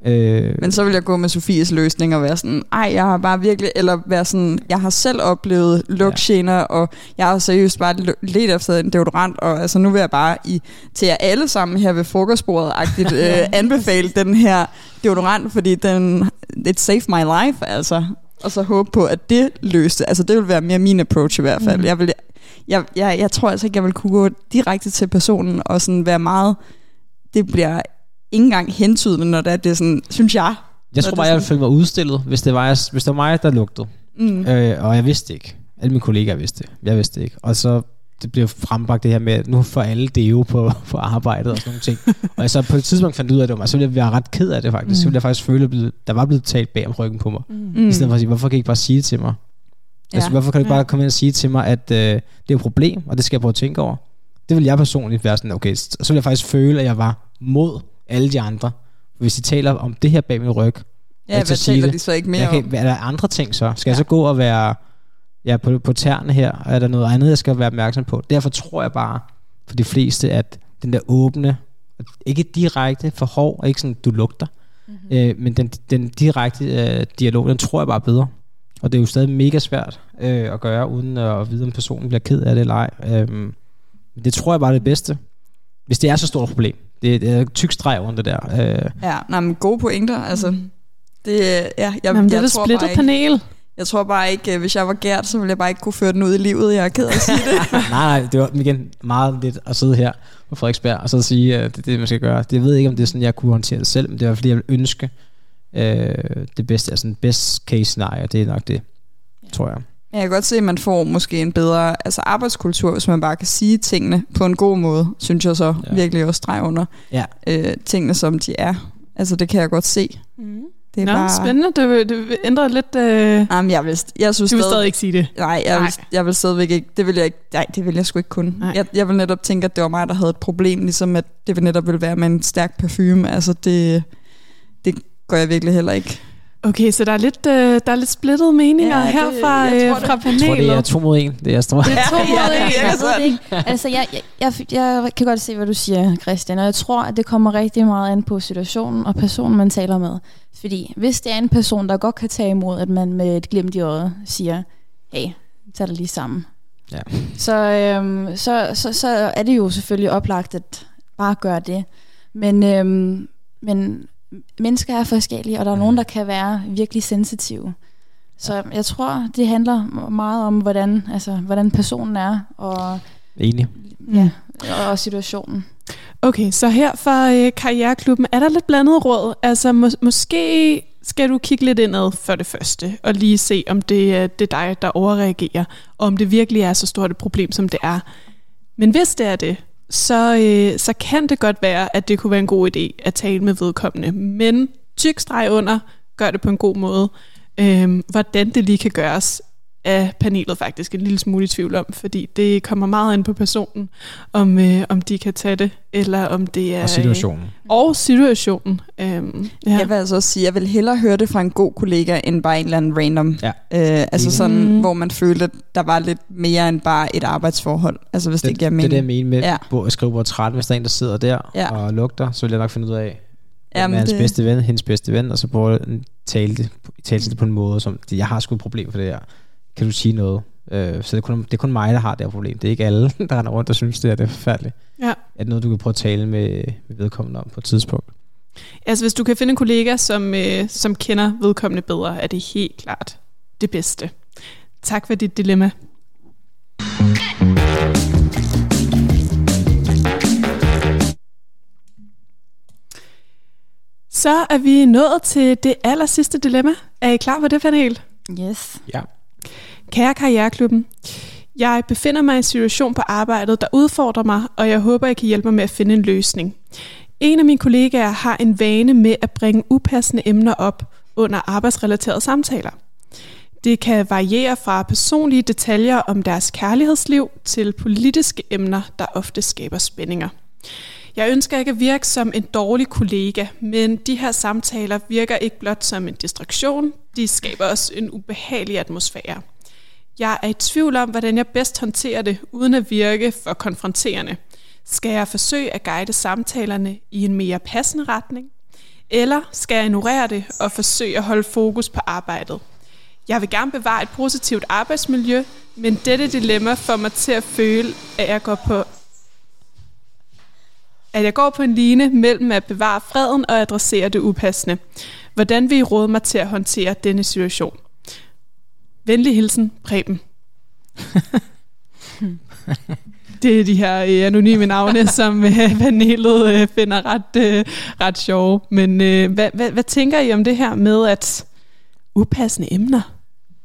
Men så vil jeg gå med Sofies løsning og være sådan, jeg har bare virkelig, eller være sådan, jeg har selv oplevet lugtgener, og jeg har seriøst bare let efter en deodorant, og altså nu vil jeg bare til jer alle sammen her ved frokostbordet-agtigt anbefale den her deodorant, fordi it saved my life, altså. Og så håbe på, at det løste. Altså det vil være mere min approach i hvert fald. Jeg tror altså ikke, jeg vil kunne gå direkte til personen og sådan være meget, det bliver ikke engang hentydende, når det er sådan, synes jeg. Jeg tror bare, jeg ville føle mig udstillet, hvis det var mig, der lugtede. Og jeg vidste ikke. Alle mine kollegaer vidste det. Jeg vidste det ikke. Og så det blev frembragt det her med, at nu får alle deo på arbejdet og sådan nogle ting. Og så på et tidspunkt fandt ud af det, så ville jeg være ret ked af det faktisk. Så ville jeg faktisk føle, at der var blevet talt bag om ryggen på mig. I stedet for at sige, hvorfor kan I ikke bare sige det til mig? Altså, hvorfor kan du ikke bare komme ind og sige til mig, at det er et problem, og det skal jeg prøve at tænke over? Det vil jeg personligt være sådan, okay, så vil jeg faktisk føle, at jeg var mod alle de andre. Hvis de taler om det her bag min ryg, hvad taler de så ikke mere om? Er der andre ting så? Skal jeg så gå og være på tæerne her, og er der noget andet, jeg skal være opmærksom på? Derfor tror jeg bare, for de fleste, at den der åbne, ikke direkte for hård, ikke sådan, du lugter, men den direkte dialog, den tror jeg bare bedre. Og det er jo stadig mega svært at gøre, uden at vide, om personen bliver ked af det eller ej. Det tror jeg bare er det bedste, hvis det er så stort et problem. Det er tyk streg under det der. Men gode pointer, altså. Det er det splittet panel. Jeg tror bare ikke, hvis jeg var Gert, så ville jeg bare ikke kunne føre den ud i livet. Jeg er ked af at sige det. nej, det var igen meget lidt at sidde her på Frederiksberg og så sige, at det er det, man skal gøre. Jeg ved ikke, om det er sådan, jeg kunne håndtere det selv, men det var fordi, jeg ville ønske det bedste, altså en best case scenario, det er nok det, tror jeg. Jeg kan godt se, at man får måske en bedre arbejdskultur, hvis man bare kan sige tingene på en god måde, synes jeg så virkelig også streg under tingene, som de er. Altså det kan jeg godt se. Det er bare spændende. Det ændrer lidt. Jamen, jeg synes du vil stadig ikke sige det. Nej, jeg vil stadigvæk ikke. Det vil jeg ikke. Nej, det vil jeg sgu ikke kunne. Jeg vil netop tænke, at det var mig, der havde et problem, ligesom at det netop ville være med en stærk parfume. Altså det gør jeg virkelig heller ikke. Okay, så der er lidt splittede meninger her fra panelet. Jeg tror, det er 2 mod 1. Det er 2 mod 1. Jeg ved det ikke. Altså, jeg kan godt se, hvad du siger, Christian, og jeg tror, at det kommer rigtig meget an på situationen og personen, man taler med. Fordi hvis det er en person, der godt kan tage imod, at man med et glimt i øjet siger, hey, tag dig lige sammen. Ja. Så er det jo selvfølgelig oplagt at bare gøre det. Men mennesker er forskellige, og der er nogen, der kan være virkelig sensitive. Så jeg tror, det handler meget om, hvordan personen er, og, enig. Ja, og situationen. Okay, så her fra Karriereklubben, er der lidt blandet råd? Altså måske skal du kigge lidt indad for det første, og lige se, om det er dig, der overreagerer, og om det virkelig er så stort et problem, som det er. Men hvis det er det, så kan det godt være, at det kunne være en god idé at tale med vedkommende. Men tyk streg under, gør det på en god måde. Hvordan det lige kan gøres, er panelet faktisk en lille smule i tvivl om, fordi det kommer meget ind på personen, om de kan tage det, eller om det er... Og situationen. Jeg vil altså også sige, jeg vil hellere høre det fra en god kollega, end bare en eller anden random. Ja. Sådan, hvor man følte, at der var lidt mere end bare et arbejdsforhold. Altså hvis det giver mening. Det er det, jeg mener med at skrive på 13, hvis der er en, der sidder der og lugter, så vil jeg nok finde ud af, med hans bedste ven, hendes bedste ven, og så prøve at tale det på en måde, som jeg har sgu et problem for det her. Kan du sige noget? Så det er kun mig, der har det her problem. Det er ikke alle, der render rundt og synes, det er forfærdeligt. Ja. Er det noget, du kan prøve at tale med vedkommende om på et tidspunkt? Altså, hvis du kan finde en kollega, som kender vedkommende bedre, er det helt klart det bedste. Tak for dit dilemma. Så er vi nået til det aller sidste dilemma. Er I klar på det, panel? Yes. Ja. Kære Karriereklubben, jeg befinder mig i en situation på arbejdet, der udfordrer mig, og jeg håber, I kan hjælpe mig med at finde en løsning. En af mine kollegaer har en vane med at bringe upassende emner op under arbejdsrelaterede samtaler. Det kan variere fra personlige detaljer om deres kærlighedsliv til politiske emner, der ofte skaber spændinger. Jeg ønsker ikke at virke som en dårlig kollega, men de her samtaler virker ikke blot som en distraktion, de skaber også en ubehagelig atmosfære. Jeg er i tvivl om, hvordan jeg bedst håndterer det, uden at virke for konfronterende. Skal jeg forsøge at guide samtalerne i en mere passende retning? Eller skal jeg ignorere det og forsøge at holde fokus på arbejdet? Jeg vil gerne bevare et positivt arbejdsmiljø, men dette dilemma får mig til at føle, at jeg går på en line mellem at bevare freden og adressere det upassende. Hvordan vil I råde mig til at håndtere denne situation? Venlig hilsen, Preben. Det er de her anonyme navne, som panelet finder ret sjove. Men hvad tænker I om det her med at upassende emner?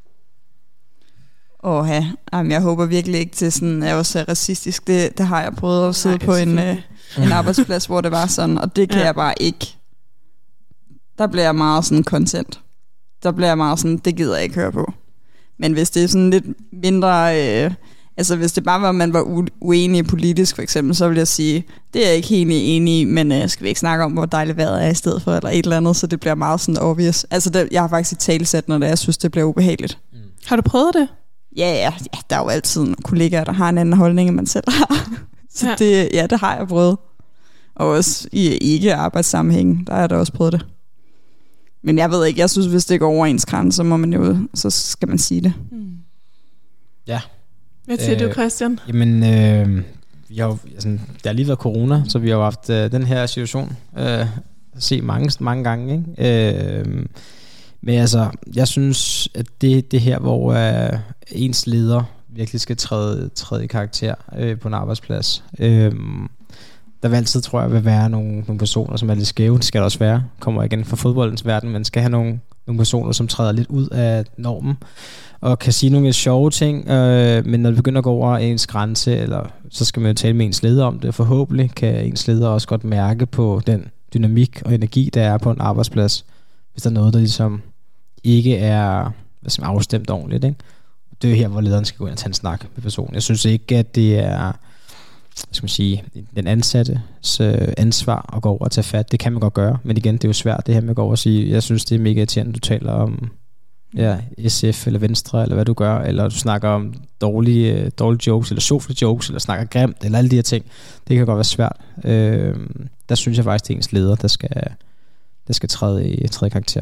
Jeg håber virkelig ikke til sådan, at jeg også er racistisk. Det har jeg prøvet at sidde på en arbejdsplads, hvor det var sådan, og det kan jeg bare ikke. Der bliver jeg meget sådan content. Der bliver jeg meget sådan, det gider jeg ikke høre på. Men hvis det er sådan lidt mindre... hvis det bare var, at man var uenig politisk for eksempel, så vil jeg sige, det er jeg ikke helt enig i, men skal vi ikke snakke om, hvor dejligt vejret er i stedet for, eller et eller andet, så det bliver meget sådan obvious. Jeg har faktisk et talesæt, når jeg synes, det bliver ubehageligt. Har du prøvet det? Ja, der er jo altid nogle kollegaer, der har en anden holdning, end man selv har. Så det har jeg prøvet. Og også i ikke-arbejdssammenhæng, der har jeg da også prøvet det. Men jeg ved ikke, jeg synes, hvis det går over ens grænse, så skal man sige det. Ja. Hvad siger du, Christian? Jamen, vi har der har lige været corona, så vi har jo haft den her situation set mange gange, ikke? Men altså, jeg synes, at det her, hvor ens leder virkelig skal træde i karakter på en arbejdsplads. Der vil altid, tror jeg, vil være nogle personer, som er lidt skæve. Det skal der også være. Kommer igen fra fodboldens verden, men skal have nogle personer, som træder lidt ud af normen og kan sige nogle sjove ting, men når det begynder at gå over ens grænse, så skal man jo tale med ens leder om det. Forhåbentlig kan ens leder også godt mærke på den dynamik og energi, der er på en arbejdsplads, hvis der er noget, der ligesom ikke er afstemt ordentligt, ikke? Det er jo her, hvor lederen skal gå ind og tage en snak med personen. Jeg synes ikke, at det er den ansattes ansvar at gå over og tage fat. Det kan man godt gøre, men igen, det er jo svært det her med at gå over og sige, jeg synes, det er mega irriterende, du taler om SF eller Venstre, eller hvad du gør, eller du snakker om dårlige jokes, eller sjofle jokes, eller snakker grimt, eller alle de her ting. Det kan godt være svært. Der synes jeg faktisk, det er ens leder, der skal træde i karakter.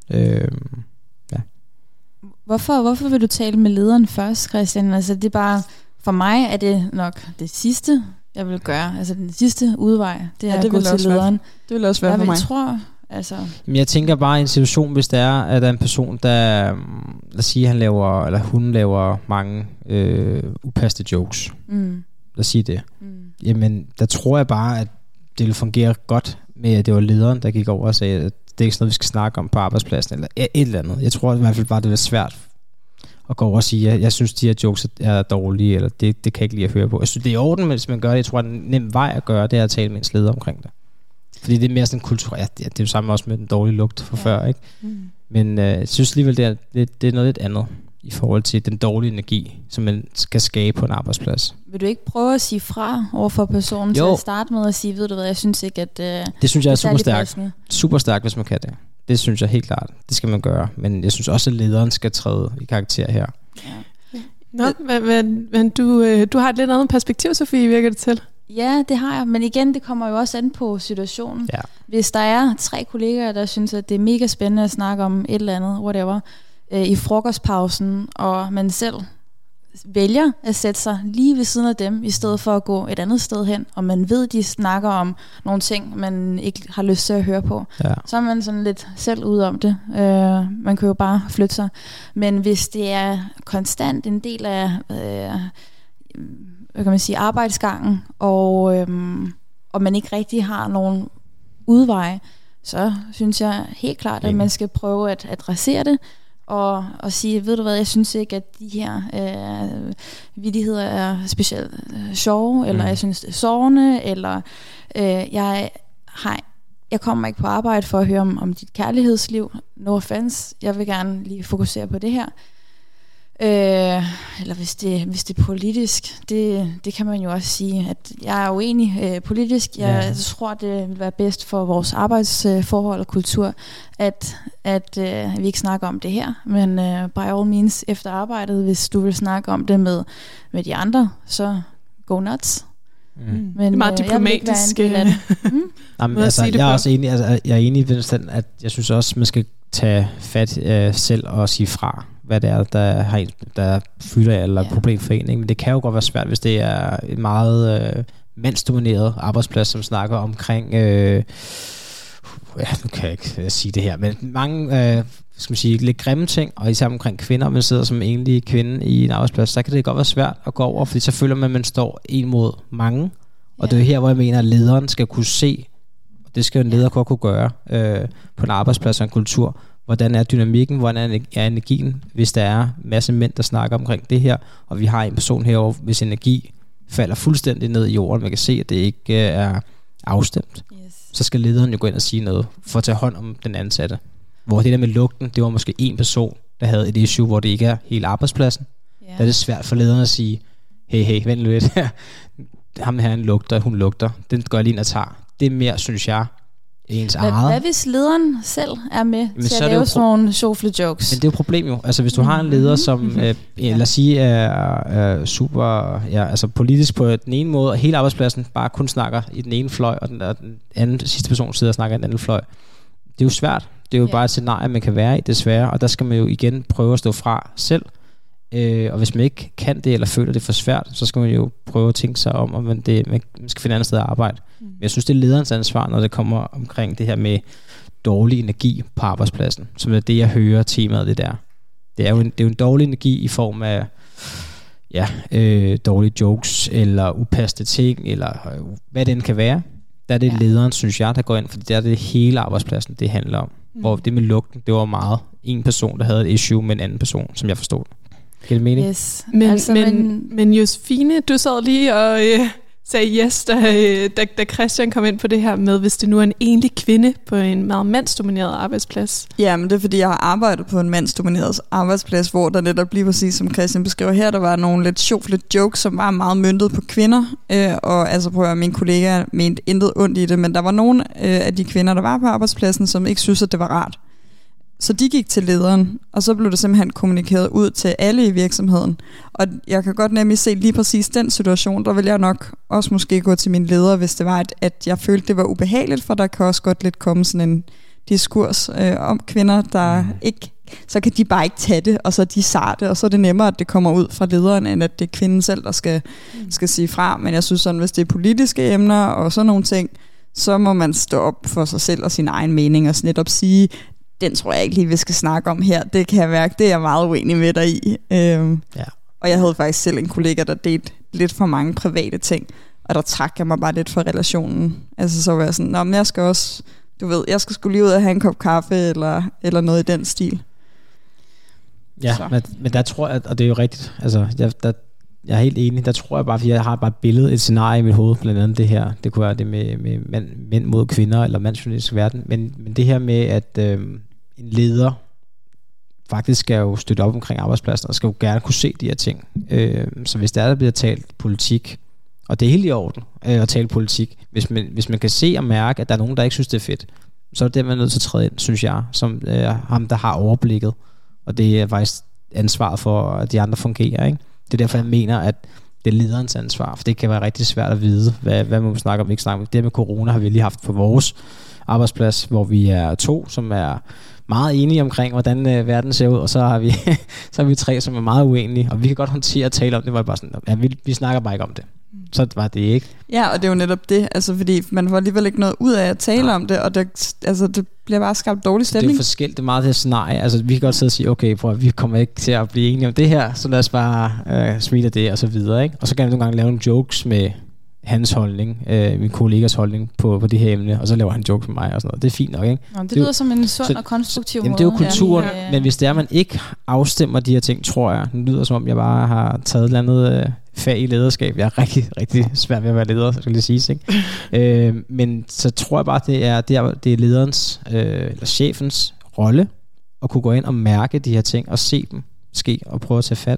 Hvorfor vil du tale med lederen først, Christian? Altså det er bare, for mig er det nok det sidste, jeg vil gøre. Altså den sidste udvej, det er at gå til lederen. Det vil også være for mig. Jeg tror, altså... Men jeg tænker bare i en situation, hvis det er, at der er en person, der, lad os sige, hun laver mange upassende jokes. Lad os sige det. Jamen, der tror jeg bare, at det vil fungere godt med, at det var lederen, der gik over og sagde, at det er ikke sådan noget, vi skal snakke om på arbejdspladsen, eller et eller andet. Jeg tror i hvert fald bare, det er svært at gå over og sige, at jeg synes, de her jokes er dårlige, eller det kan jeg ikke lide at høre på. Jeg synes, det er i orden, hvis man gør det. Jeg tror, at en nem vej at gøre, det er at tale med ens leder omkring det. Fordi det er mere sådan en kultur. Ja, det er jo samme også med den dårlige lugt fra før, ikke? Men jeg synes alligevel, det er noget lidt andet i forhold til den dårlige energi, som man skal skabe på en arbejdsplads. Vil du ikke prøve at sige fra overfor personen til at starte med at sige, ved du hvad, jeg synes ikke, at det synes jeg er super stærkt. Super stærkt, hvis man kan det. Det synes jeg helt klart. Det skal man gøre. Men jeg synes også, at lederen skal træde i karakter her. Nå, men du har et lidt andet perspektiv, Sofie, virker det til. Ja, det har jeg. Men igen, det kommer jo også an på situationen. Ja. Hvis der er 3 kollegaer, der synes, at det er mega spændende at snakke om et eller andet, whatever, i frokostpausen, og man selv vælger at sætte sig lige ved siden af dem, i stedet for at gå et andet sted hen, og man ved, de snakker om nogle ting, man ikke har lyst til at høre på, så er man sådan lidt selv ude om det. Man kan jo bare flytte sig. Men hvis det er konstant en del af hvad kan man sige, arbejdsgangen, og man ikke rigtig har nogen udveje, så synes jeg helt klart, at man skal prøve at adressere det, og sige, ved du hvad, jeg synes ikke, at de her vittigheder er specielt sjove, eller jeg synes, det er sårende, eller jeg kommer ikke på arbejde for at høre om dit kærlighedsliv. No offense, jeg vil gerne lige fokusere på det her. Eller hvis det er politisk, det kan man jo også sige, at jeg er uenig politisk. Jeg tror, det vil være bedst for vores arbejdsforhold og kultur, at vi ikke snakker om det her, men by all means efter arbejdet, hvis du vil snakke om det med de andre, så go nuts. Men, det er meget diplomatisk. Jamen, altså, jeg er også enig, jeg er enig i den stand, at jeg synes også, man skal tage fat selv og sige fra, hvad det er, der fylder eller problem for en. Men det kan jo godt være svært, hvis det er en meget mandsdomineret arbejdsplads, som snakker omkring nu kan jeg ikke sige det her, men mange skal man sige, lidt grimme ting, og især omkring kvinder, man sidder som egentlig kvinde i en arbejdsplads, så kan det godt være svært at gå over, fordi så føler man, at man står en mod mange, og det er her, hvor jeg mener, at lederen skal kunne se, og det skal jo en leder kunne gøre på en arbejdsplads og en kultur, hvordan er dynamikken, hvordan er energien, hvis der er en masse mænd, der snakker omkring det her, og vi har en person herovre, hvis energi falder fuldstændig ned i jorden, man kan se, at det ikke er afstemt, så skal lederen jo gå ind og sige noget, for at tage hånd om den ansatte. Hvor det der med lugten, det var måske en person, der havde et issue, hvor det ikke er hele arbejdspladsen. Der er det svært for lederen at sige, hey, vent lidt, ham her han lugter, hun lugter, den går jeg lige ind og tager. Det er mere, synes jeg, ens eget. Hvad hvis lederen selv er med til at lave sådan nogle sjofle jokes? Men det er jo et problem jo. Altså hvis du har en leder, som lad os sige er super altså politisk på den ene måde, og hele arbejdspladsen bare kun snakker i den ene fløj, og den anden sidste person sidder og snakker i den anden fløj. Det er jo svært. Det er jo bare et scenarie, man kan være i, desværre, og der skal man jo igen prøve at stå fra selv. Og hvis man ikke kan det, eller føler det for svært, så skal man jo prøve at tænke sig om, at man skal finde et andet sted at arbejde. Men jeg synes, det er lederens ansvar, når det kommer omkring det her med dårlig energi på arbejdspladsen, som er det, jeg hører temaet det der. Det er jo en dårlig energi i form af dårlige jokes, eller upassede ting, eller hvad det end kan være. Der er det lederen, synes jeg, der går ind, fordi det er det hele arbejdspladsen, det handler om. Hvor det med lugten, det var meget en person, der havde et issue med en anden person, som jeg forstod det. Giver det mening? Yes. Men Josefine, du sad lige og sagde yes, da Christian kom ind på det her med, hvis det nu er en enlig kvinde på en meget mandsdomineret arbejdsplads. Ja, men det er fordi, jeg har arbejdet på en mandsdomineret arbejdsplads, hvor der netop lige præcis, som Christian beskriver her, der var nogle lidt sjovt jokes, som var meget møntet på kvinder, og altså prøver mine kollegaer mente intet ondt i det, men der var nogle af de kvinder, der var på arbejdspladsen, som ikke synes, at det var rart. Så de gik til lederen, og så blev det simpelthen kommunikeret ud til alle i virksomheden. Og jeg kan godt nemlig se lige præcis den situation, der vil jeg nok også måske gå til min leder, hvis det var, at jeg følte, det var ubehageligt, for der kan også godt lidt komme sådan en diskurs om kvinder, der ikke, så kan de bare ikke tage det, og så er de sarte, og så er det nemmere, at det kommer ud fra lederen, end at det er kvinden selv, der skal sige fra. Men jeg synes sådan, hvis det er politiske emner og sådan nogle ting, så må man stå op for sig selv og sin egen mening, og netop sige, den tror jeg ikke lige, vi skal snakke om her. Det kan jeg mærke, det er jeg meget uenig med dig i. Og jeg havde faktisk selv en kollega, der delte lidt for mange private ting, og der trak jeg mig bare lidt fra relationen. Altså så var jeg sådan, men jeg skal også, du ved, jeg skal sgu lige ud og have en kop kaffe, eller noget i den stil. Ja, men der tror jeg, og det er jo rigtigt, altså jeg er helt enig, der tror jeg bare, fordi jeg har bare et billede, et scenarie i mit hoved, blandt andet det her, det kunne være det med mænd mod kvinder, eller mandsjournalistisk verden, men det her med, at en leder faktisk skal jo støtte op omkring arbejdspladsen, og skal jo gerne kunne se de her ting. Så hvis der bliver talt politik, og det er helt i orden at tale politik, hvis man kan se og mærke, at der er nogen, der ikke synes, det er fedt, så er det man nødt til at træde ind, synes jeg, som ham, der har overblikket, og det er faktisk ansvaret for, at de andre fungerer, ikke? Det er derfor, jeg mener, at det er lederens ansvar, for det kan være rigtig svært at vide, hvad man snakker om, ikke snakker om. Det med corona har vi lige haft på vores arbejdsplads, hvor vi er 2, som er meget enige omkring, hvordan verden ser ud, og så har vi 3, som er meget uenige, og vi kan godt håndtere at tale om det, var bare sådan, vi snakker bare ikke om det. Så var det ikke. Ja, og det er jo netop det, altså fordi man får alligevel ikke noget ud af at tale om det, og det bliver bare skabt dårlig stemning. Det er jo forskelligt, det er meget det her scenarie, altså vi kan godt sidde og sige, okay, vi kommer ikke til at blive enige om det her, så lad os bare smide det, og så videre, ikke? Og så kan jeg nogle gange lave nogle jokes med hans holdning, min kollegas holdning på det her emne, og så laver han jokes med mig og sådan noget. Det er fint nok, ikke? Nå, det lyder som en sund og konstruktiv måde. Det er jo kulturen, men hvis det er, man ikke afstemmer de her ting, tror jeg, det lyder som om, jeg bare har taget et eller andet fag i lederskab. Jeg er rigtig, rigtig svært ved at være leder, så skal det siges, ikke? Men så tror jeg bare, det er lederens, eller chefens rolle, at kunne gå ind og mærke de her ting, og se dem ske, og prøve at tage fat.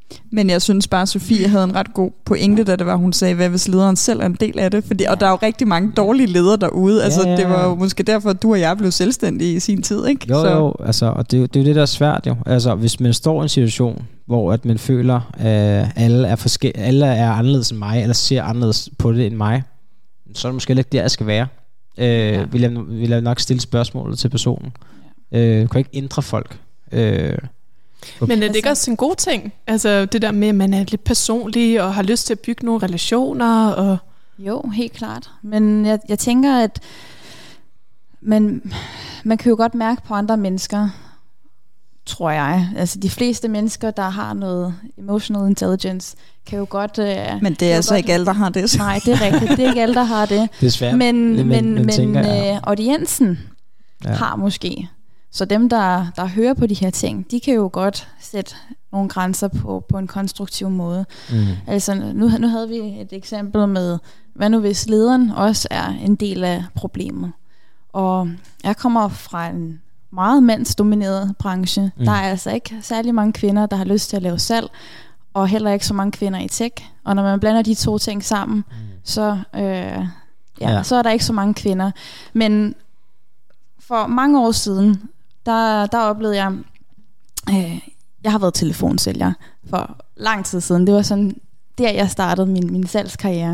Men jeg synes bare, at Sofie havde en ret god pointe, da det var, hun sagde, hvad hvis lederen selv er en del af det? Fordi, og der er jo rigtig mange dårlige ledere derude. Altså, det var jo måske derfor, at du og jeg blev selvstændige i sin tid, ikke? Jo, altså, og det er jo det, der er svært jo. Altså, hvis man står i en situation, hvor at man føler, at alle er anderledes end mig, eller ser anderledes på det end mig, så er det måske ikke der, jeg skal være. Vil jeg nok stille spørgsmålet til personen. Kan ikke ændre folk. Men er det ikke også en god ting? Altså det der med, at man er lidt personlig og har lyst til at bygge nogle relationer? Og Jo, helt klart. Men jeg tænker, at man kan jo godt mærke på andre mennesker, tror jeg. Altså de fleste mennesker, der har noget emotional intelligence, kan jo godt... men det er altså ikke alle, der har det. Nej, det er rigtigt. Det er ikke alle, der har det. Det er svært. Men audiensen har måske. Så dem, der hører på de her ting, de kan jo godt sætte nogle grænser på en konstruktiv måde. Altså nu havde vi et eksempel med, hvad nu hvis lederen også er en del af problemet. Og jeg kommer fra en meget mandsdomineret branche. Der er altså ikke særlig mange kvinder, der har lyst til at lave salg, og heller ikke så mange kvinder i tech. Og når man blander de to ting sammen, så er der ikke så mange kvinder. Men for mange år siden, der oplevede jeg, jeg har været telefonsælger for lang tid siden. Det var sådan, der jeg startede min salgskarriere.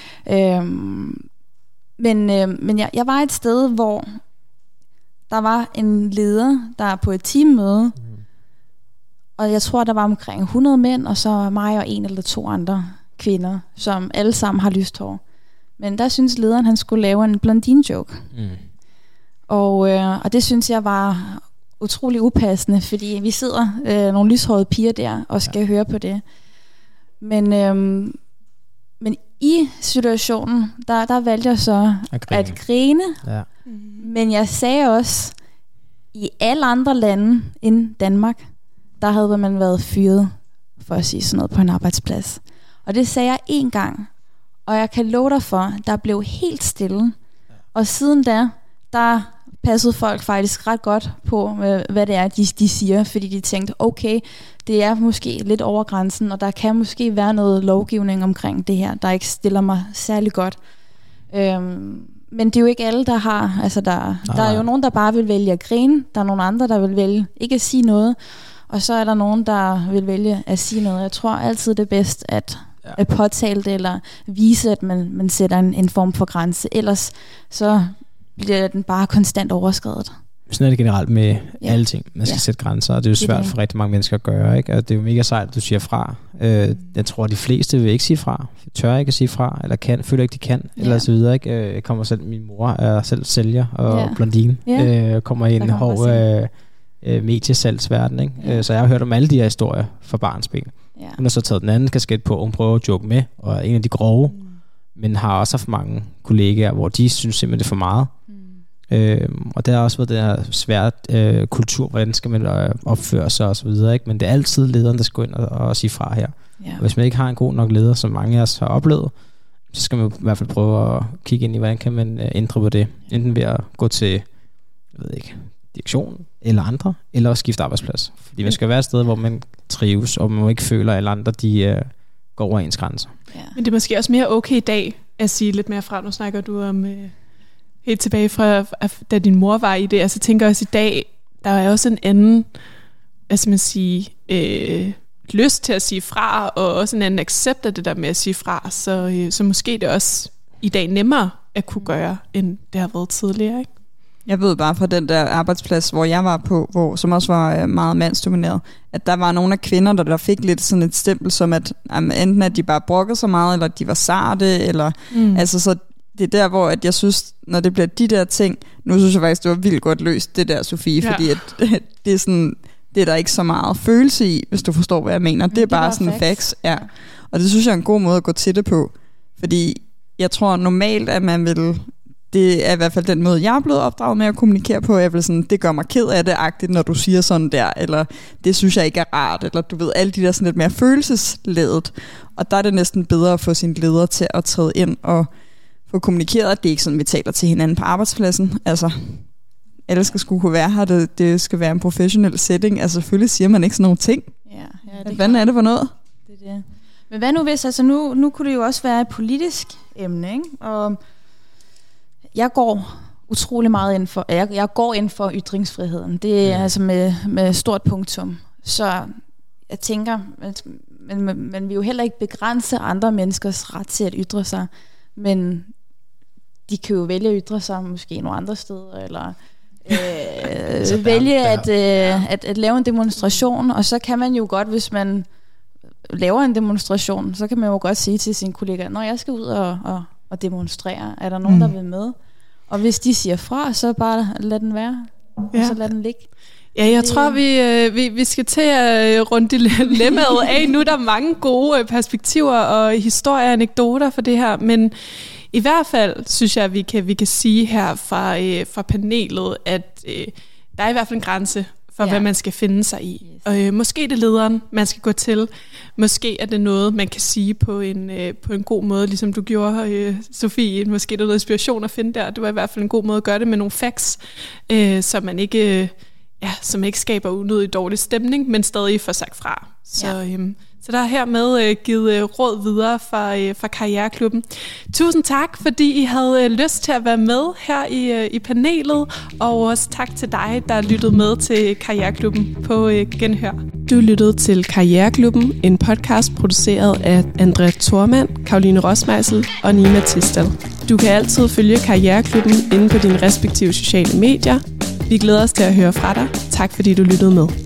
Men jeg var et sted, hvor der var en leder, der på et teammøde, og jeg tror, der var omkring 100 mænd, og så mig og en eller to andre kvinder, som alle sammen har lyst hår. Men der synes lederen, han skulle lave en blondine-joke. Og det synes jeg var utrolig upassende, fordi vi sidder nogle lyshårede piger der og skal høre på det. Men i situationen, der valgte jeg så at grine. Ja. Men jeg sagde også, i alle andre lande end Danmark, der havde man været fyret, for at sige sådan noget, på en arbejdsplads. Og det sagde jeg én gang, og jeg kan love dig for, der blev helt stille. Og siden da, der passede folk faktisk ret godt på, hvad det er, de siger, fordi de tænkte, okay, det er måske lidt over grænsen, og der kan måske være noget lovgivning omkring det her, der ikke stiller mig særlig godt. Men det er jo ikke alle, der har, altså der er jo nogen, der bare vil vælge at grine, der er nogle andre, der vil vælge ikke at sige noget, og så er der nogen, der vil vælge at sige noget. Jeg tror altid, det er bedst at påtale det, eller vise, at man sætter en form for grænse, ellers så bliver den bare konstant overskredet. Sådan er det generelt med alle ting. Man skal sætte grænser, og det er jo svært for rigtig mange mennesker at gøre, ikke? Og det er jo mega sejt, at du siger fra. Jeg tror, at de fleste vil ikke sige fra. Tør ikke at sige fra, eller føler ikke, de kan, eller så videre, ikke? Jeg kommer selv, min mor er selv sælger og blondine. Kommer i en hård mediesalgsverden, ikke? Så jeg har hørt om alle de her historier fra barnsben. Hun har så taget den anden kasket på, og hun prøver at joke med, og er en af de grove, men har også haft mange kollegaer, hvor de synes simpelthen, det er for meget. Og der har også været den her svære kultur, hvordan skal man opføre sig og så videre, ikke? Men det er altid lederen, der skal gå ind og sige fra her. Og hvis man ikke har en god nok leder, som mange af os har oplevet, så skal man i hvert fald prøve at kigge ind i, hvordan kan man ændre på det. Enten ved at gå til, jeg ved ikke, direktion eller andre, eller også skifte arbejdsplads. Fordi man skal være et sted, hvor man trives, og man ikke føler, at alle andre de går over ens grænser. Men det er måske også mere okay i dag at sige lidt mere fra. Nu snakker du om helt tilbage fra, da din mor var i det. Altså tænker også i dag, der er også en anden, altså man sige, lyst til at sige fra, og også en anden accept af det der med at sige fra. Så måske det er også i dag nemmere at kunne gøre, end det har været tidligere, ikke? Jeg ved bare fra den der arbejdsplads, hvor jeg var på, som også var meget mandsdomineret, at der var nogle af kvinder, der fik lidt sådan et stempel, som at enten at de bare brokkede så meget, eller at de var sarte, eller altså så det er der, hvor at jeg synes, når det bliver de der ting, nu synes jeg faktisk, det var vildt godt løst, det der, Sofie, fordi at det er sådan, det er der ikke så meget følelse i, hvis du forstår, hvad jeg mener. Det er bare sådan facts. Ja. Og det synes jeg er en god måde at gå til det på, fordi jeg tror normalt, at man vil, det er i hvert fald den måde, jeg er blevet opdraget med at kommunikere på, jeg vil sådan, det gør mig ked af det-agtigt, når du siger sådan der, eller det synes jeg ikke er rart, eller du ved, alle de der sådan lidt mere følelsesladet, og der er det næsten bedre at få sin leder til at træde ind og få kommunikeret, at det ikke sådan, vi taler til hinanden på arbejdspladsen. Altså, alle skal skulle kunne være her, det skal være en professionel setting. Altså, selvfølgelig siger man ikke sådan nogle ting. Hvad er det for noget? Det er det. Men hvad nu hvis, altså nu kunne det jo også være et politisk emne, ikke? Og jeg går utrolig meget ind for, jeg går ind for ytringsfriheden. Det er altså med stort punktum. Så jeg tænker, man vil jo heller ikke begrænse andre menneskers ret til at ytre sig, men de kan jo vælge at ytre sig måske nogle andre steder, eller vælge at lave en demonstration, og så kan man jo godt, hvis man laver en demonstration, så kan man jo godt sige til sine kollegaer, når jeg skal ud og demonstrere, er der nogen, der vil med? Og hvis de siger fra, så bare lad den være, og så lad den ligge. Ja, jeg tror, vi skal til at runde dilemmaet af. Nu er der mange gode perspektiver og historier og anekdoter for det her, men i hvert fald synes jeg, at vi kan sige her fra panelet, at der er i hvert fald en grænse for, hvad man skal finde sig i. Yes. Måske er det lederen, man skal gå til. Måske er det noget, man kan sige på en god måde, ligesom du gjorde, Sofie. Måske er det noget inspiration at finde der. Det var i hvert fald en god måde at gøre det med nogle facts, som man ikke... som ikke skaber unødig dårlig stemning, men stadig får sagt fra. Så der er hermed givet råd videre fra Karriereklubben. Tusind tak, fordi I havde lyst til at være med her i panelet, og også tak til dig, der lyttede med til Karriereklubben på Genhør. Du lyttede til Karriereklubben, en podcast produceret af André Thormand, Karoline Rosmeisel og Nina Tisdal. Du kan altid følge Karriereklubben inde på dine respektive sociale medier. Vi glæder os til at høre fra dig. Tak fordi du lyttede med.